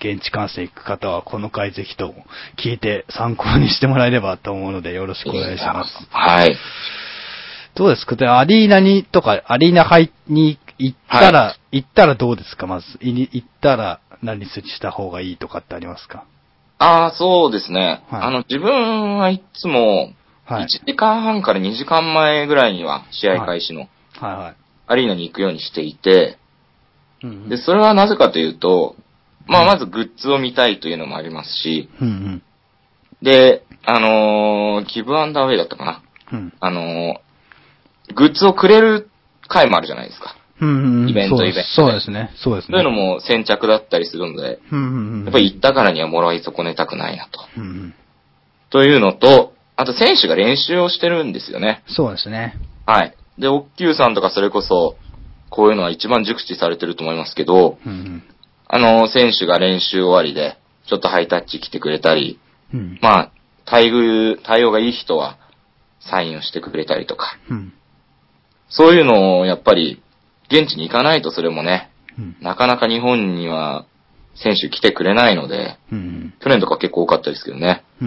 現地観戦行く方はこの回ぜひとも聞いて参考にしてもらえればと思うのでよろしくお願いします。 はい。 どうですか？アリーナにとか、アリーナ入に行ったら、はい、行ったらどうですか？まず、行ったら何した方がいいとかってありますか？ ああ、そうですね。 はい、 あの、自分はいつも、いちじかんはんからにじかんまえぐらいには試合開始の、 はいはい、 アリーナに行くようにしていて、 うんうん、 で、それはなぜかというと、まあ、まずグッズを見たいというのもありますし、 うんうん、 で、あのー、ギブアンダーウェイだったかな、 うん、 あのー、グッズをくれる回もあるじゃないですか。 うんうんうん、 イベント、イベント。 そうですね。そうですね。 そういうのも先着だったりするので、 うんうんうん、 やっぱり行ったからにはもらい損ねたくないなと。 うんうん、 というのと、あと選手が練習をしてるんですよね。 そうですね。 はい。で、おっきゅうさんとかそれこそ、こういうのは一番熟知されてると思いますけど、 うんうん、 あの、選手が練習終わりで、ちょっとハイタッチ来てくれたり、 うん、 まあ、待遇、対応がいい人は、サインをしてくれたりとか、 うん、 そういうのをやっぱり、現地に行かないとそれもね、 うん、 なかなか日本には選手来てくれないので、 うん、 去年とか結構多かったですけどね。 うん、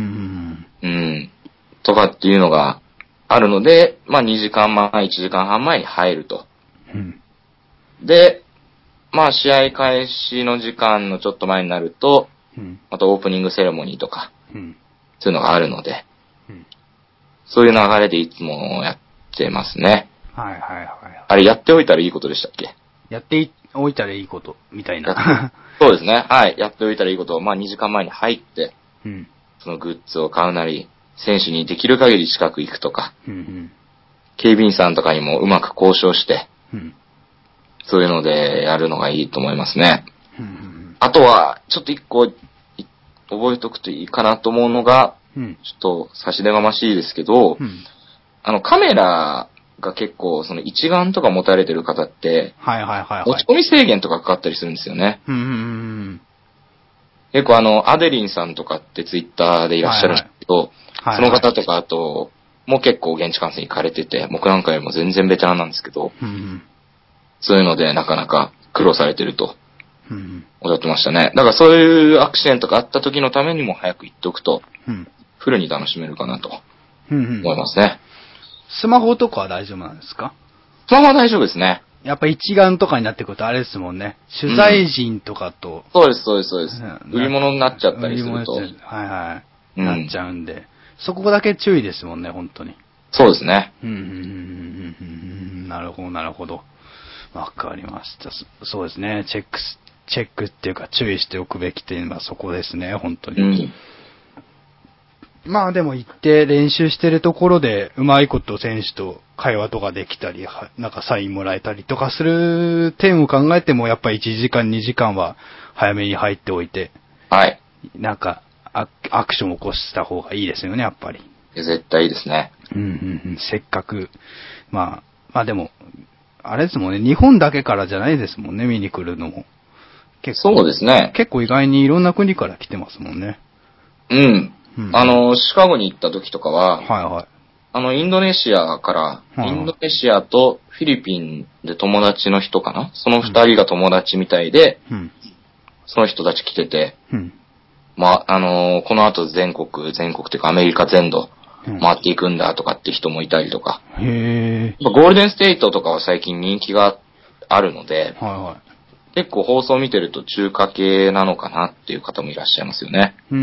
うん。とかっていうのがあるので、まあにじかんまえ、いちじかんはんまえに入ると。 うん、 で、まあ試合開始の時間のちょっと前になると、 うん、 あとオープニングセレモニーとか、 うん、 そういうのがあるので、 うん、 そういう流れでいつもやってますね。 はいはいはい。 あれやっておいたらいいことでしたっけ？ やっておいたらいいこと、みたいな。 そうですね。はい。やっておいたらいいことを、まあにじかんまえに入って、 うん、 そのグッズを買うなり、選手にできる限り近く行くとか、 うんうん、 警備員さんとかにもうまく交渉して、 うん、 そういうのでやるのがいいと思いますね。 うんうん、 あとは、ちょっと一個、覚えとくといいかなと思うのが、 うん、 ちょっと差し出がましいですけど、 うん、 あのカメラが結構その一眼とか持たれてる方って、 はいはいはいはい。 持ち込み制限とかかかったりするんですよね。 うんうんうん、 結構あの、アデリンさんとかってツイッターでいらっしゃるんですけど、はいはい、その方とかあと、もう結構現地観戦行かれてて、僕なんかよりも全然ベテランなんですけど、 うんうん、 そういうのでなかなか苦労されてると、 うんうん、 おっしゃってましたね。だからそういうアクシデントがあった時のためにも早く行っておくと、うん、フルに楽しめるかなと思いますね。うんうん、 スマホとかは大丈夫なんですか？ スマホは大丈夫ですね。 やっぱ一眼とかになってくるとあれですもんね。取材陣とかと、うん、 そうです、そうです、そうです。売り物になっちゃったりすると。 はいはい。うん、なっちゃうんで。そこだけ注意ですもんね、本当に。 そうですね。 うん、うん、うん、うん、なるほど、なるほど。わかりました。そうですね。チェック、チェックっていうか注意しておくべき点はそこですね、本当に。うんまあでも行って練習してるところでうまいこと選手と会話とかできたり、なんかサインもらえたりとかする点を考えてもやっぱりいちじかんにじかんは早めに入っておいて、 はい。 なんかアクションを起こした方がいいですよね、やっぱり。 絶対いいですね。 うんうんうん、せっかく、まあ、まあでも、あれですもんね、日本だけからじゃないですもんね、見に来るのも。 結構そうですね。 結構意外にいろんな国から来てますもんね。 うん。うん、あの、シカゴに行った時とかは、 はいはい。 あの、インドネシアから、はいはい、インドネシアとフィリピンで友達の人かなその二人が友達みたいで、うん、その人たち来てて、うん、まあ、あのー、この後全国、全国というかアメリカ全土回っていくんだとかって人もいたりとか、 うん、へゴールデンステイトとかは最近人気があるので、はいはい、結構放送見てると中華系なのかなっていう方もいらっしゃいますよね。 うん、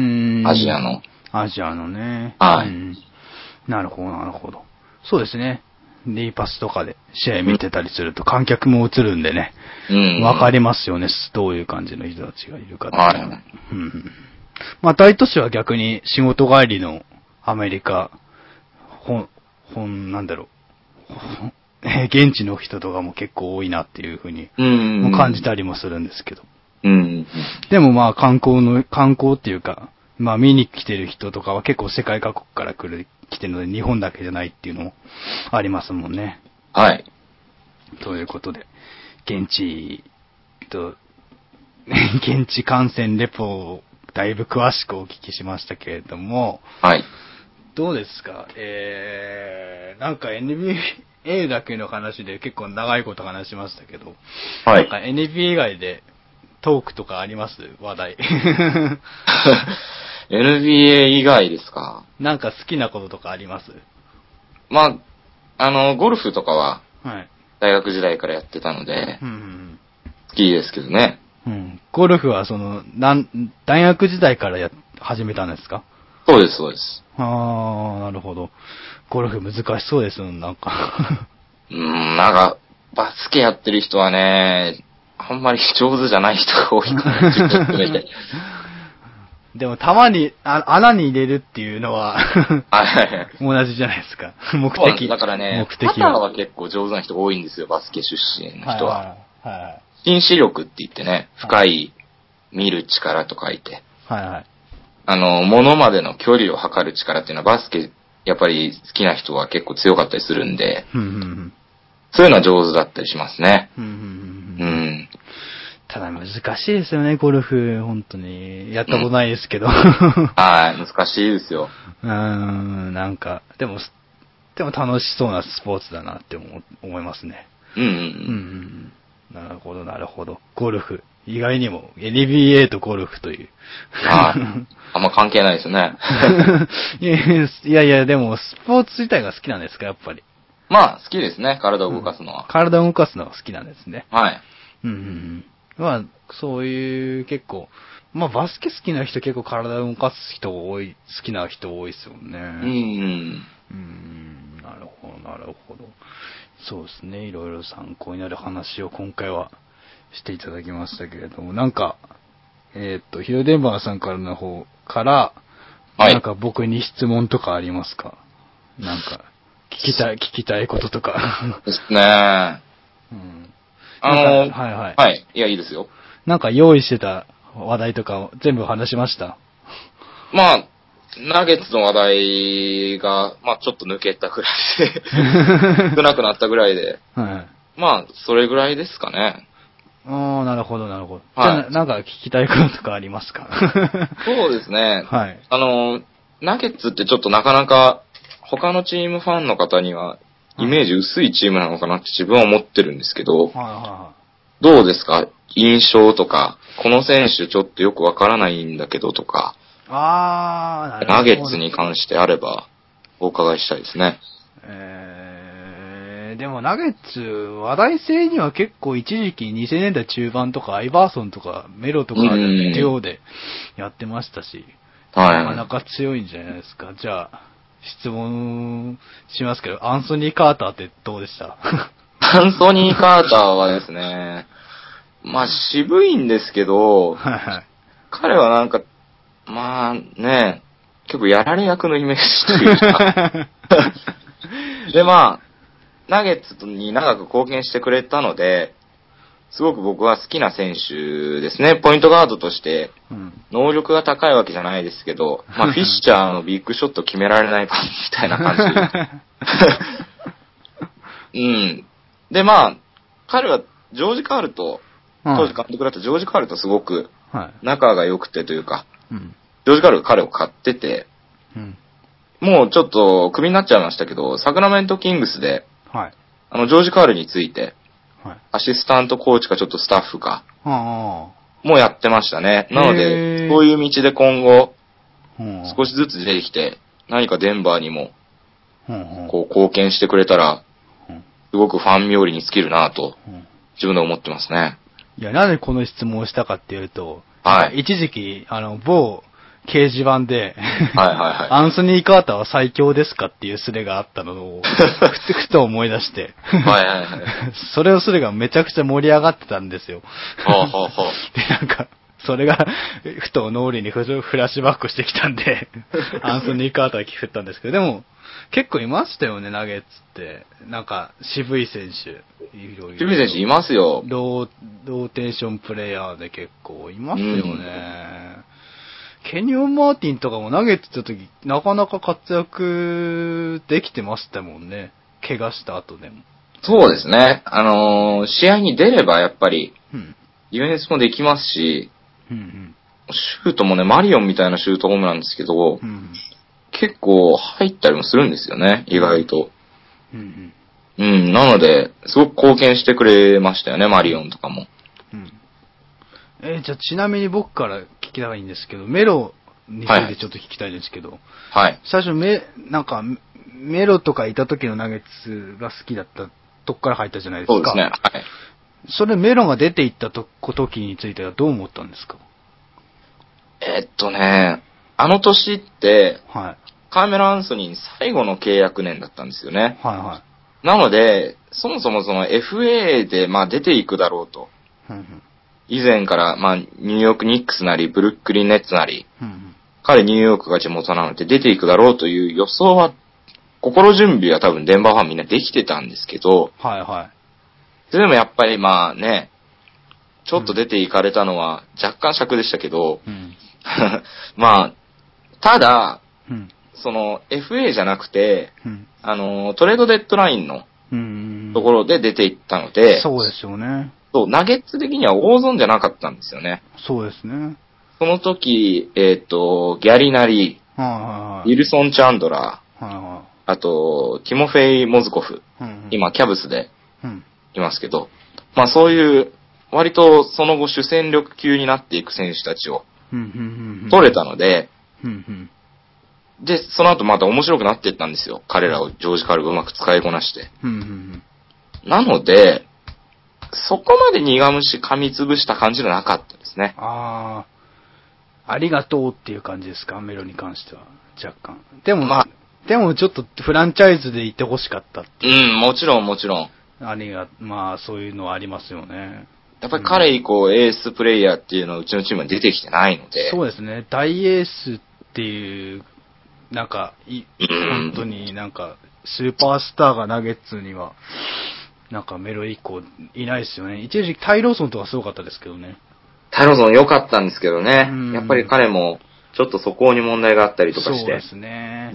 アジアの。 アジアのね。 はい、 うん。なるほど、なるほど。そうですね。D パスとかで試合見てたりすると観客も映るんでね。うん。わかりますよね。どういう感じの人たちがいるかって。はい。うん。まあ大都市は逆に仕事帰りのアメリカ、ほ、ほん、なんだろう。現地の人とかも結構多いなっていうふうに感じたりもするんですけど。うん。でもまあ観光の、観光っていうか、まあ見に来てる人とかは結構世界各国から来る、来てるので日本だけじゃないっていうのもありますもんね。 はい。 ということで、現地と、現地観戦レポをだいぶ詳しくお聞きしましたけれども、 はい。 どうですか？えー、なんか エヌビーエー だけの話で結構長いこと話しましたけど、はい。なんか エヌビーエー 以外でトークとかあります話題。 エヌビーエー 以外ですか？ なんか好きなこととかあります？ まあ、あの、ゴルフとかは、 はい。 大学時代からやってたので、 うんうん、 好きですけどね。 うん。ゴルフはその、なん、大学時代からや、始めたんですか？ そうです、そうです。 あー、なるほど。ゴルフ難しそうですよ、なんか。 うーん、なんか、バスケやってる人はね、あんまり上手じゃない人が多いかな、自分含めて。 でも、たまにあ穴に入れるっていうのは同じじゃないですか。目的。 だからね、 目的は。 パターは結構上手な人が多いんですよ、バスケ出身の人は。 はいはいはい、 心視力って言ってね、深い見る力と書いて。 はいはい。 あの、物までの距離を測る力っていうのはバスケ、やっぱり好きな人は結構強かったりするんで、 うんうんうん、 そういうのは上手だったりしますね。 うんうんうん、 うん。 ただ難しいですよね、ゴルフ、本当に。やったことないですけど。うん、 はい、難しいですよ。 うーん、なんか、でも、でも楽しそうなスポーツだなって思思いますね。 うんうんうん。 うんうん、なるほど、なるほど。ゴルフ。意外にも エヌビーエー とゴルフという。 はい。あんま関係ないですね。 いやいや、でも、スポーツ自体が好きなんですか、やっぱり。 まあ、好きですね、体を動かすのは。うん、 体を動かすのが好きなんですね。 はい。 うんうんうん。まあ、そういう結構、まあバスケ好きな人結構体を動かす人多い、好きな人多いですよね。うんうん。 うん、なるほど、なるほど。そうですね、いろいろ参考になる話を今回はしていただきましたけれども、なんか、えっと、ヒロデンバーさんからの方から、はい、なんか僕に質問とかありますか？なんか、聞きたい、聞きたいこととか。 ですね。うん。あの、はいはい。はい。いや、いいですよ。 なんか用意してた話題とかを全部話しました？ まあ、ナゲッツの話題が、まあちょっと抜けたぐらいで、少なくなったぐらいで、はい、まあ、それぐらいですかね。 ああ、なるほど、なるほど。はい、じゃあ、なんか聞きたいこととかありますか？ そうですね。 はい。 あの、ナゲッツってちょっとなかなか、他のチームファンの方には、イメージ薄いチームなのかなって自分は思ってるんですけど、はいはいはい、どうですか？印象とか、この選手ちょっとよくわからないんだけどとか、ああ、なるほど。ナゲッツに関してあれば、お伺いしたいですね。 えー、でもナゲッツ、話題性には結構一時期にせんねんだい中盤とかアイバーソンとかメロとかデュオでやってましたし、はい、なかなか強いんじゃないですか。じゃあ、質問しますけど、アンソニー・カーターってどうでした？ アンソニー・カーターはですね、まあ渋いんですけど、はいはい、彼はなんか、まあね、結構やられ役のイメージというか。でまあ、ナゲッツに長く貢献してくれたので、すごく僕は好きな選手ですね。ポイントガードとして、能力が高いわけじゃないですけど、まあフィッシャーのビッグショット決められないかみたいな感じ。うん。でまあ、彼はジョージ・カールと、当時監督だったジョージ・カールとすごく仲が良くてというか、はい、ジョージ・カールが彼を買ってて、うん、もうちょっとクビになっちゃいましたけど、サクラメント・キングスで、はい、あのジョージ・カールについて、はい、アシスタントコーチかちょっとスタッフか、もうやってましたね。なので、そういう道で今後、少しずつ出てきて、何かデンバーにも、こう貢献してくれたら、すごくファン冥利に尽きるなと、自分で思ってますね。 いや、なぜこの質問をしたかっていうと、はい。一時期、あの、某掲示板で、はいはいはい。アンソニー・カーターは最強ですかっていうスレがあったのを、ふとふと思い出して、はいはいはい。それをスレがめちゃくちゃ盛り上がってたんですよ。ほうほうほう。で、なんか、それが、ふと脳裏にフラッシュバックしてきたんで、アンソニー・カーター聞いたんですけど、でも、結構いましたよね、ナゲッツって。なんか、渋い選手。 いろいろ渋い選手いますよ。 ロー、ローテーションプレイヤーで結構いますよね。うん、ケニオン・マーティンとかもナゲッツって時、なかなか活躍できてましたもんね。怪我した後でも。 そうですね。あのー、試合に出ればやっぱり、ディフェンスもできますし、うんうん、シュートもね、マリオンみたいなシュートホームなんですけど、うん、結構入ったりもするんですよね、意外と。うんうん、うん、なので、すごく貢献してくれましたよね、マリオンとかも。うん、 えー、じゃあちなみに僕から聞きたいんですけど、メロについてちょっと聞きたいんですけど、 はい。 最初メ、なんか、メロとかいた時のナゲッツが好きだったとこから入ったじゃないですか。 そうですね。はい。 それメロが出ていったと時についてはどう思ったんですか？ えー、っとね、あの年って、 はい。 カーメラ・アンソニー最後の契約年だったんですよね。 はいはい。 なので、そもそもその エフエー でまあ出ていくだろうと。 うんうん、 以前からまあニューヨークニックスなり、ブルックリンネッツなり、 うんうん、 彼ニューヨークが地元なので出ていくだろうという予想は、心準備は多分デンバーファンみんなできてたんですけど、 はいはい。 それでもやっぱりまあね、ちょっと出ていかれたのは若干尺でしたけど、うん、まあ、ただ、うん、その エフエー じゃなくて、うん、あの、トレードデッドラインのところで出ていったので、 そうですよね。 そう、ナゲッツ的には大損じゃなかったんですよね。 そうですね。 その時、えっ、ー、と、ギャリナリー、 はいはいはい、 ウィルソン・チャンドラー、 はいはい、 あと、ティモフェイ・モズコフ、うんうん、今、キャブスでいますけど、うん、まあそういう、割とその後主戦力級になっていく選手たちを取れたので、で、その後また面白くなっていったんですよ。彼らをジョージ・カールがうまく使いこなして。なので、そこまで苦虫噛みつぶした感じはなかったですね。 ああ、ありがとうっていう感じですか、メロに関しては。若干。でも、まあ、でもちょっとフランチャイズでいてほしかったっていう。 うん、もちろんもちろん。 ありが、まあそういうのはありますよね。 やっぱり彼以降、うん、エースプレイヤーっていうのはうちのチームに出てきてないので。 そうですね。大エースっていう、なんか、い、本当になんか、スーパースターがナゲッツには、なんかメロ以降いないですよね。一時タイローソンとかすごかったですけどね。 タイローソン良かったんですけどね。やっぱり彼も、ちょっとそこに問題があったりとかして。 そうですね。 うん。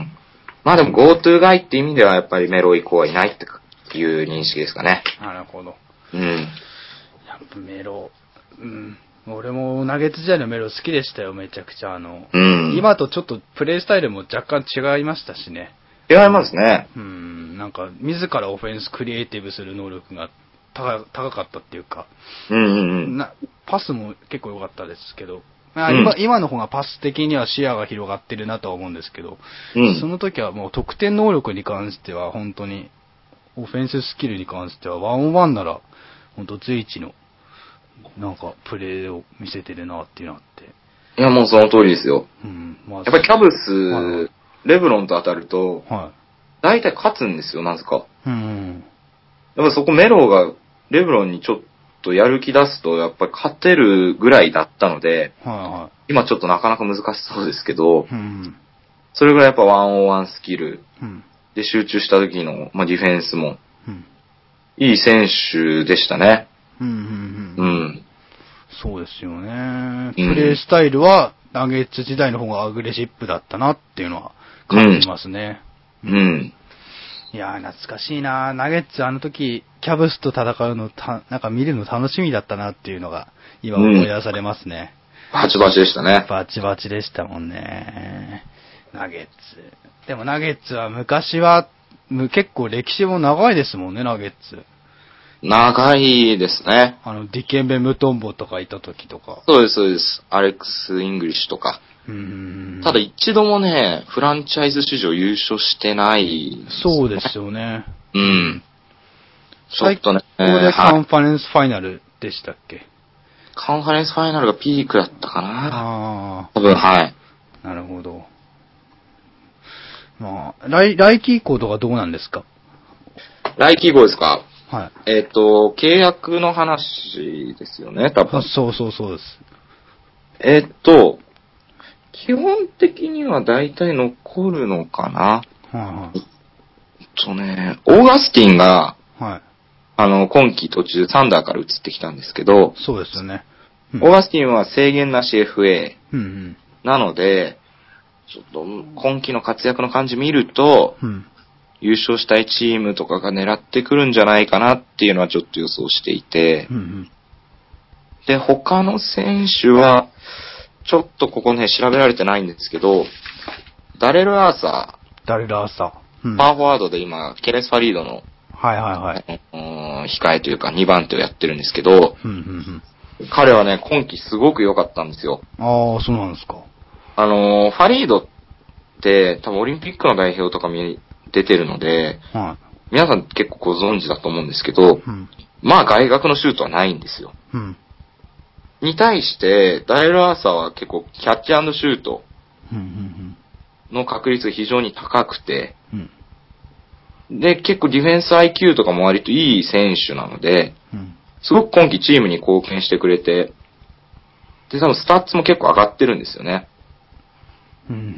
まあでも GoTo ガイって意味ではやっぱりメロ以降はいないっていう認識ですかね。 なるほど。 うん。 やっぱメロ、うん。俺もナゲッツ時代のメロ好きでしたよ、めちゃくちゃ。あの、うん、今とちょっとプレイスタイルも若干違いましたしね。 違いますね。 うん、なんか自らオフェンスクリエイティブする能力が高, 高かったっていうか、 うんうんうん、 なパスも結構良かったですけど、まあ、今、うん、今の方がパス的には視野が広がってるなとは思うんですけど、うん、その時はもう得点能力に関しては本当に、オフェンススキルに関してはワンオンワンなら本当随一のなんかプレーを見せてるなっていうのがあって。 いやもうその通りですよ。 うんまあ、 やっぱりキャブス、はい、レブロンと当たると、 はい、 大体勝つんですよ、なぜか。 うん、 やっぱそこメロがレブロンにちょっとやる気出すと、やっぱり勝てるぐらいだったので、 はいはい、 今ちょっとなかなか難しそうですけど、 うん、 それぐらいやっぱワンオンワンスキル、 うん、 で集中した時の、まあ、ディフェンスも、うん、いい選手でしたね。 うんうんうんうん、 そうですよね。プレースタイルは、ナゲッツ時代の方がアグレシップだったなっていうのは感じますね。 うん。うん、 いやー、懐かしいな。ナゲッツあの時、キャブスと戦うのた、なんか見るの楽しみだったなっていうのが、今思い出されますね。 うん、バチバチでしたね。 バチバチでしたもんね。ナゲッツ。でもナゲッツは昔は、結構歴史も長いですもんね、ナゲッツ。 長いですね。 あの、ディケンベ・ムトンボとかいた時とか。 そうです、そうです。アレックス・イングリッシュとか。 うん。 ただ一度もね、フランチャイズ史上優勝してない、 ね。そうですよね。 うん。ちょっとね。 ここでカンファレンスファイナルでしたっけ、はい、 カンファレンスファイナルがピークだったかな。 ああ。 多分、はい。 なるほど。まあ、来、来季以降とかどうなんですか？ 来季以降ですか？ はい。 えっ、ー、と、契約の話ですよね、多分。 そうそうそうです。 えっ、ー、と、基本的には大体残るのかな。 はいはい。 えっとね、オーガスティンが、 はい。 あの、今季途中サンダーから移ってきたんですけど、 そうですよね。 うん、オーガスティンは制限なし エフエー。うんうん。 なので、ちょっと今季の活躍の感じ見ると、うん、優勝したいチームとかが狙ってくるんじゃないかなっていうのはちょっと予想していて、 うんうん、 で、他の選手は、ちょっとここね、調べられてないんですけど、ダレル・アーサー。ダレル・アーサー。うん、パワーフォワードで今、ケレス・ファリードの、 はいはいはい。 うん、控えというかにばん手をやってるんですけど、 うんうんうん、 彼はね、今季すごく良かったんですよ。 ああ、そうなんですか。 あの、ファリードって、多分オリンピックの代表とか見、出てるので、はい、皆さん結構ご存知だと思うんですけど、うん、まあ外角のシュートはないんですよ。うん、に対して、ダイル・アーサーは結構キャッチ&シュートの確率が非常に高くて、うん、で、結構ディフェンス アイキュー とかも割といい選手なので、うん、すごく今季チームに貢献してくれて、で、多分スタッツも結構上がってるんですよね。うんうんうん、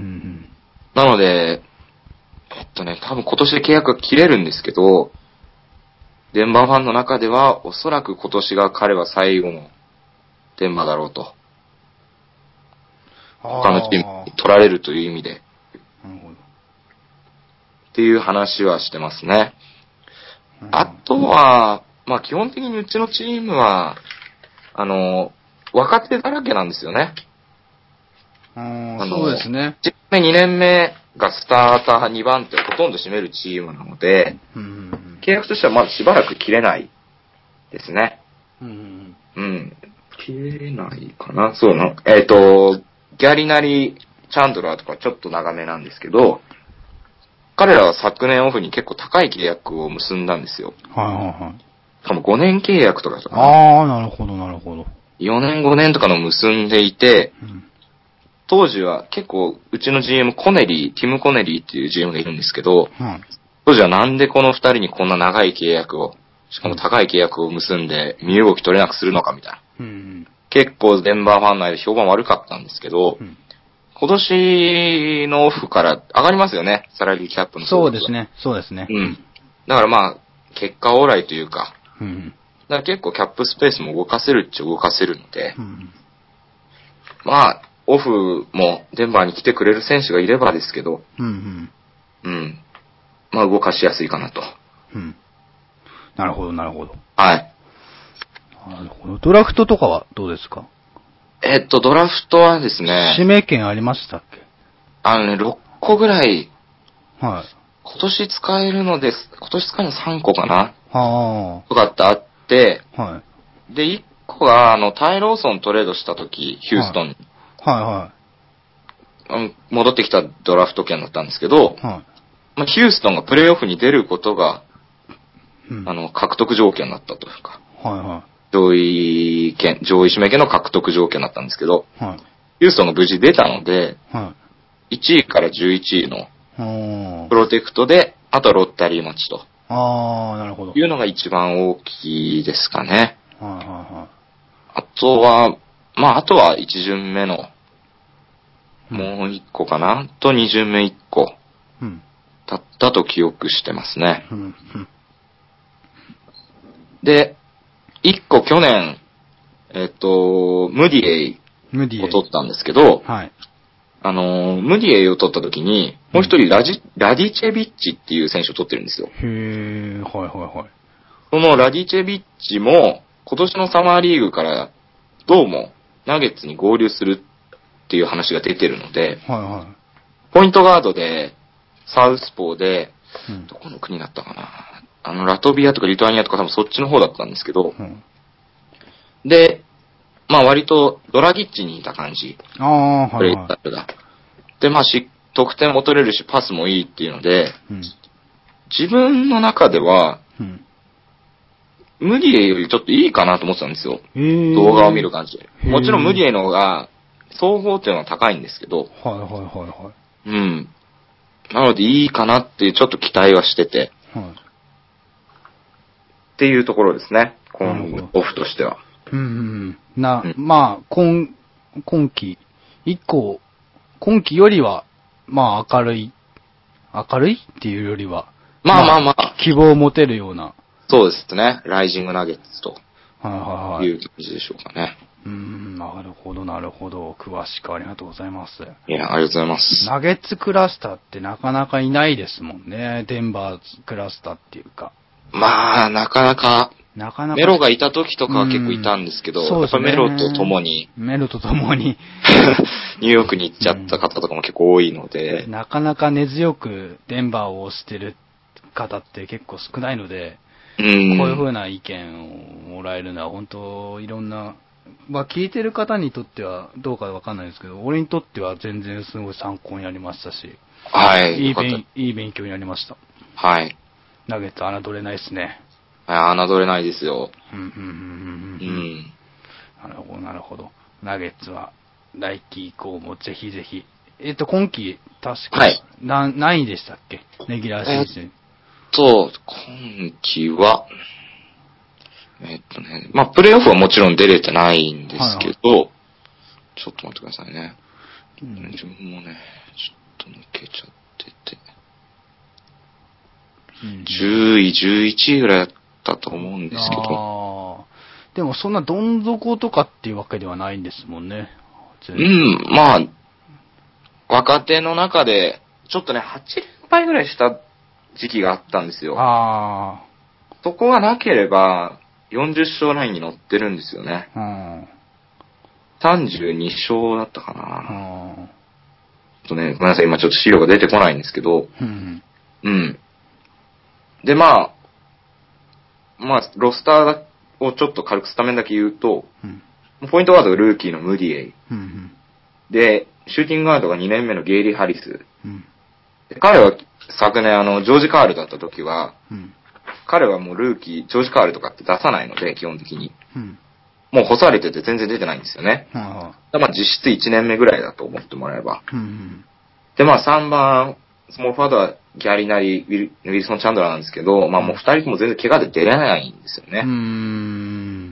なので、えっとね、多分今年で契約が切れるんですけど、デンバーファンの中ではおそらく今年が彼は最後のデンバーだろうと。他のチームに取られるという意味で。なるほど。っていう話はしてますね。あとは、まあ基本的にうちのチームは、あの、若手だらけなんですよね。 あそうですね。 いちねんめ、にねんめがスターターにばん手をほとんど占めるチームなので、うん、契約としてはまだしばらく切れないですね。うん。うん。切れないかなそうなの。えっ、ー、と、ギャリナリ・チャンドラーとかちょっと長めなんですけど、彼らは昨年オフに結構高い契約を結んだんですよ。はいはいはい。しかもごねん契約とかとか。 ああ、なるほどなるほど。 よねんごねんとかの結んでいて、うん当時は結構、うちの ジーエム コネリー、ティム・コネリーっていう ジーエム がいるんですけど、うん、当時はなんでこの二人にこんな長い契約を、しかも高い契約を結んで身動き取れなくするのかみたいな。うん、結構デンバーファン内で評判悪かったんですけど、うん、今年のオフから上がりますよね、サラリーキャップの総額が。そうですね、そうですね。 うん。だからまあ、結果オーライというか、うん、だから結構キャップスペースも動かせるっちゃ動かせるので、うん、まあ、オフもデンバーに来てくれる選手がいればですけど、うんうん。うん。まあ動かしやすいかなと。うん。 なるほど、なるほど。 はい。 なるほど。ドラフトとかはどうですか？ えっと、ドラフトはですね。 指名権ありましたっけ？ あのね、ろっこぐらい。 はい。 今年使えるのです。今年使えるのさんこかな？はあ。とかってあって、はい。で、いっこが、あの、タイローソントレードした時、ヒューストンに。はいはい。戻ってきたドラフト権だったんですけど、はい。まあ、ヒューストンがプレイオフに出ることが、うん、あの、獲得条件だったというか、はいはい。上位権、上位指名権の獲得条件だったんですけど、はい。ヒューストンが無事出たので、はい。いちいからじゅういちいの、プロテクトで、あとはロッタリーマッチと。 ああ、なるほど。 いうのが一番大きいですかね。はいはいはい。あとは、まあ、あとは一巡目の、もう一個かな、うん、と二巡目一個。うん。だったと記憶してますね。うん。うん、で、一個去年、えっと、ムディエイを取ったんですけど、はい。あの、ムディエイを取った時に、もう一人ラジ、うん、ラディチェビッチっていう選手を取ってるんですよ。 へー、はいはいはい。 そのラディチェビッチも、今年のサマーリーグからどうもナゲッツに合流するっていう話が出てるので、はいはい、ポイントガードでサウスポーで、うん、どこの国だったかな、あのラトビアとかリトアニアとか多分そっちの方だったんですけど、うん、で、まあ割とドラギッチにいた感じ。ああ、はい、はい。で、まあし、得点も取れるしパスもいいっていうので、うん、自分の中では、うんムディエよりちょっといいかなと思ってたんですよ。動画を見る感じで。もちろんムディエの方が、総合点は高いんですけど。はいはいはいはい。うん。なのでいいかなってちょっと期待はしてて。はい。っていうところですね。今、オフとしては。 うんうん。な、うん、まあ、今、今期、以降、今期よりは、まあ明るい、明るいっていうよりは、 まあまあまあ。 希望を持てるような。 そうですね。ライジングナゲッツと。はいはいはい。いう感じでしょうかね。 うーん、なるほどなるほど。詳しくありがとうございます。 いや、ありがとうございます。 ナゲッツクラスターってなかなかいないですもんね。デンバークラスターっていうか。 まあ、なかなか。なかなか。メロがいた時とかは結構いたんですけど、そうですね、やっぱメロと共に。 メロと共に。 ニューヨークに行っちゃった方とかも結構多いので。 なかなか根強くデンバーを推してる方って結構少ないので、うん、こういう風な意見をもらえるのは本当いろんなまあ聞いてる方にとってはどうかわかんないですけど、俺にとっては全然すごい参考になりましたし、 はい。 いい勉、いい勉強になりました。 はい。 ナゲット侮れないですね。 はい、侮れないですよ。 うん、うん、うん、うん。うん。なるほど、なるほど。ナゲッツは来季以降もぜひぜひ。えっと、今季、確か、はい、な何位でしたっけレギュラーシーズン。えっと、今季は、えっとね、まあ、プレイオフはもちろん出れてないんですけど、はいはい、ちょっと待ってくださいね。うん、自分もね、ちょっと抜けちゃってて。うん、じゅうい、じゅういちいぐらいだったと思うんですけど。 あでもそんなどん底とかっていうわけではないんですもんね。 うん、まあ、若手の中で、ちょっとね、はち連敗ぐらいした時期があったんですよ。 ああ。 そこがなければ、よんじゅっ勝ラインに乗ってるんですよね。うん、さんじゅうに勝だったかな。うん、とね、ごめんなさい、今ちょっと資料が出てこないんですけど。うん。うん。で、まあ、まあ、ロスターをちょっと軽くスタメンだけ言うと、うん、ポイントガードがルーキーのムディエイ。うんうん、で、シューティングガードがにねんめのゲイリー・ハリス。うん、で彼は昨年あの、ジョージ・カールだった時は、うん、彼はもうルーキー、ジョージ・カールとかって出さないので、基本的に。うん、もう干されてて全然出てないんですよね。うん、だまあ実質いちねんめぐらいだと思ってもらえば。うん、で、まあさんばん、スモールフォワードはギャリナリ、ウィル、ウィルソン・チャンドラーなんですけど、まあもうふたりとも全然怪我で出れないんですよね。うん、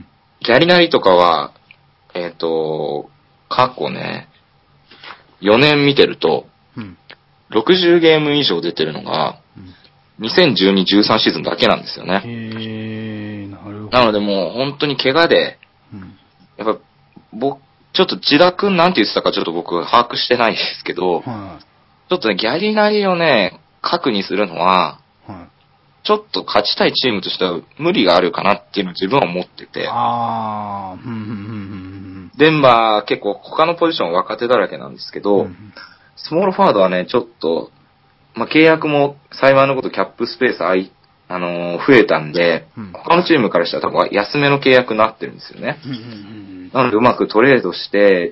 ギャリナリとかは、えっと、過去ね、よねん見てると、うん、ろくじゅうゲーム以上出てるのが、にせんじゅうに、じゅうさんシーズンだけなんですよね。 へー、なるほど。 なのでもう本当に怪我で、うん、やっぱ、僕、ちょっと千田くんなんて言ってたかちょっと僕把握してないですけど、はい、ちょっとね、ギャリナリをね、核にするのは、はい、ちょっと勝ちたいチームとしては無理があるかなっていうのを自分は思ってて。あー、うんうんうんうん、デンバー結構他のポジション若手だらけなんですけど、うん、スモールフォワードはね、ちょっと、まあ、契約も幸いのことキャップスペースあい、あのー、増えたんで、うん、他のチームからしたら多分安めの契約になってるんですよね。うんうんうん、なのでうまくトレードして、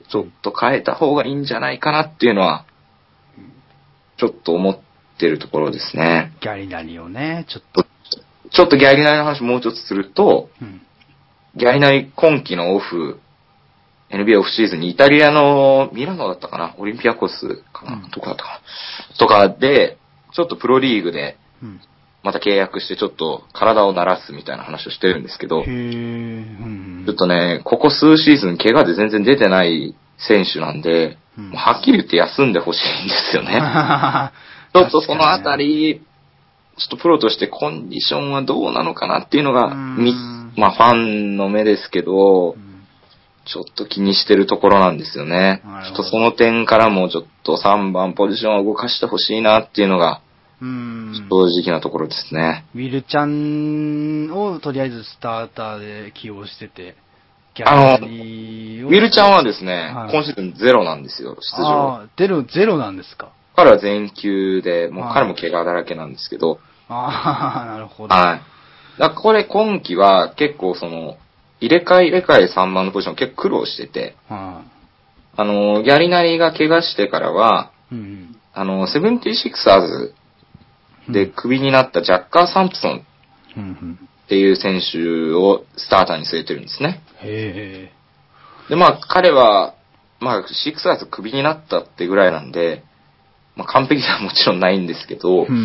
ちょっと変えた方がいいんじゃないかなっていうのは、ちょっと思ってるところですね。 ギャリナリをね、ちょっと。 ちょっとギャリナリの話もうちょっとすると、うん、ギャリナリ今季のオフ、エヌビーエー オフシーズンにイタリアのミラノだったかなオリンピアコスかな、うん、どこだったかなとかで、ちょっとプロリーグで、また契約してちょっと体を慣らすみたいな話をしてるんですけど、うん、ちょっとね、ここ数シーズン怪我で全然出てない選手なんで、うん、もうはっきり言って休んでほしいんですよね。ちょっとそのあたり、ちょっとプロとしてコンディションはどうなのかなっていうのが、みまあファンの目ですけど、うんちょっと気にしてるところなんですよね。ちょっとその点からもちょっとさんばんポジションを動かしてほしいなっていうのが、正直なところですね。 ウィルちゃんをとりあえずスターターで起用してて、 あの、ウィルちゃんはですね、はい、今シーズンゼロなんですよ、出場。 ああ、ゼロ、ゼロなんですか。 彼は全休で、もう彼も怪我だらけなんですけど。 ああ、なるほど。 はい。だからこれ今季は結構その、入れ替え入れ替えさんばんのポジション結構苦労してて、はあ、あの、ギャリナリが怪我してからは、うんうん、あの、セブンティシクサーズでクビになったジャッカー・サンプソンっていう選手をスターターに据えてるんですね。へー。で、まあ彼は、まあシクサーズクビになったってぐらいなんで、まあ完璧ではもちろんないんですけど、うんうんうん、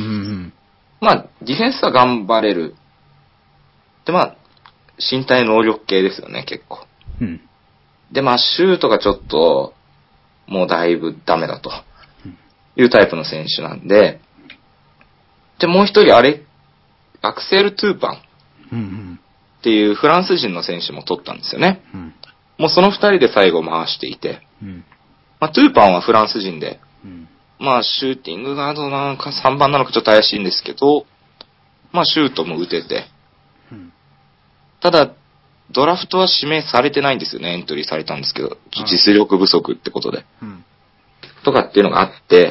まあディフェンスは頑張れる。で、まあ、身体能力系ですよね、結構。うん。で、まあ、シュートがちょっと、もうだいぶダメだと。いうタイプの選手なんで、で、もう一人あれ、アクセル・トゥーパン。うんうん。っていうフランス人の選手も取ったんですよね。うん。もうその二人で最後回していて。うん。まあ、トゥーパンはフランス人で。うん。まあ、シューティングガードなのかさんばんなのかちょっと怪しいんですけど、まあ、シュートも打てて。うん。ただ、ドラフトは指名されてないんですよね。エントリーされたんですけど。実力不足ってことで。うん、とかっていうのがあって、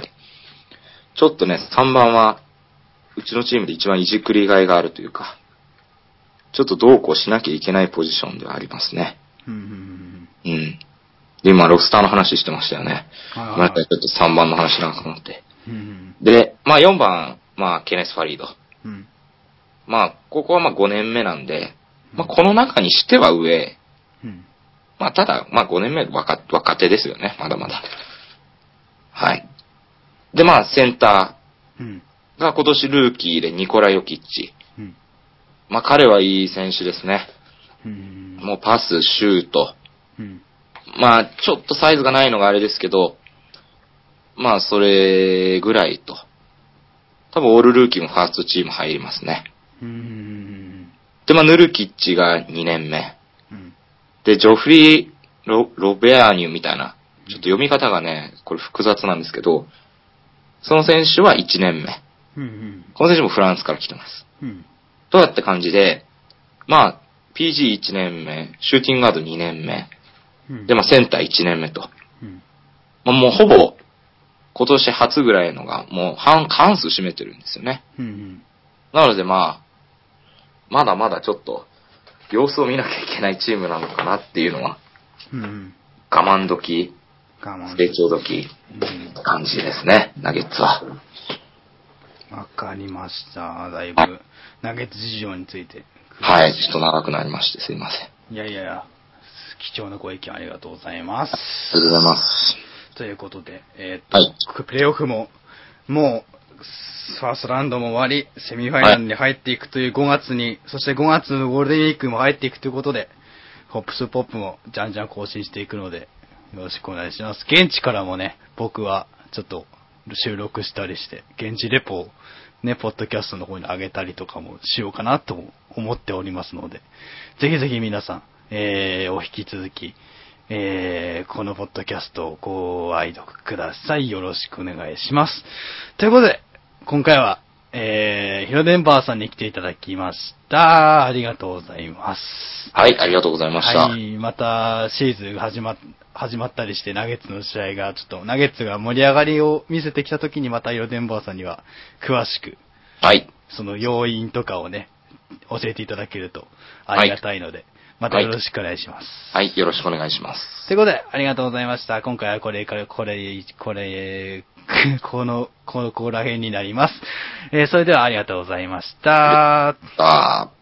ちょっとね、さんばんは、うちのチームで一番いじくりがいがあるというか、ちょっとどうこうしなきゃいけないポジションではありますね。 うん。 うん。で、今、ロスターの話してましたよね。 はいはい、 まあ、ちょっとさんばんの話なんかなって。 うん。 で、まあよんばん、まあ、ケネス・ファリード。 うん。 まあ、ここはまあごねんめなんで、まあこの中にしては上。 うん。 まあただ、まあごねんめ若若手ですよね。まだまだ。はい。で、まあセンターが今年ルーキーでニコラ・ヨキッチ。うん、まあ彼はいい選手ですね。うん、もうパス、シュート。うん、まあちょっとサイズがないのがあれですけど、まあそれぐらいと。多分オールルーキーもファーストチーム入りますね。うん、で、まあヌルキッチがにねんめ。うん、で、ジョフリー・ロ、ロベアーニュみたいな。ちょっと読み方がね、これ複雑なんですけど、その選手はいちねんめ。うんうん、この選手もフランスから来てます。うん、とやって感じで、まあ、ピージーいちねんめ、シューティングガードにねんめ、うん、で、まあセンターいちねんめと。うん、まあ、もうほぼ、今年初ぐらいのが、もう半、半数占めてるんですよね。うんうん、なのでまあ、まだまだちょっと、様子を見なきゃいけないチームなのかなっていうのは、うん、我慢時、成長時、うん、感じですね、ナゲッツは。 わかりました。だいぶ、ナゲッツ事情について。 はい、ちょっと長くなりましてすいません。 いやいやいや、貴重なご意見ありがとうございます。ありがとうございます。 ということで、えー、っと、はい、プレイオフも、もう、ファーストラウンドも終わり、セミファイナルに入っていくというごがつに、はい、そしてごがつのゴールデンウィークも入っていくということで、ホップスポップもじゃんじゃん更新していくので、よろしくお願いします。現地からもね、僕はちょっと収録したりして、現地レポをね、ポッドキャストの方に上げたりとかもしようかなと思っておりますので、ぜひぜひ皆さん、えー、お引き続き、えー、このポッドキャストをご愛読ください。よろしくお願いします。ということで、今回は、えー、ヒロデンバーさんに来ていただきました。ありがとうございます。 はい、ありがとうございました。 はい、またシーズンが始ま、始まったりして、ナゲッツの試合が、ちょっとナゲッツが盛り上がりを見せてきたときに、またヒロデンバーさんには詳しく、 はい。 その要因とかをね、教えていただけるとありがたいので、はい、またよろしくお願いします。 はい、はい、よろしくお願いします。 ということで、ありがとうございました。今回はこれから、これ、これ、この、この、ここら辺になります。えー、それではありがとうございました。 あー。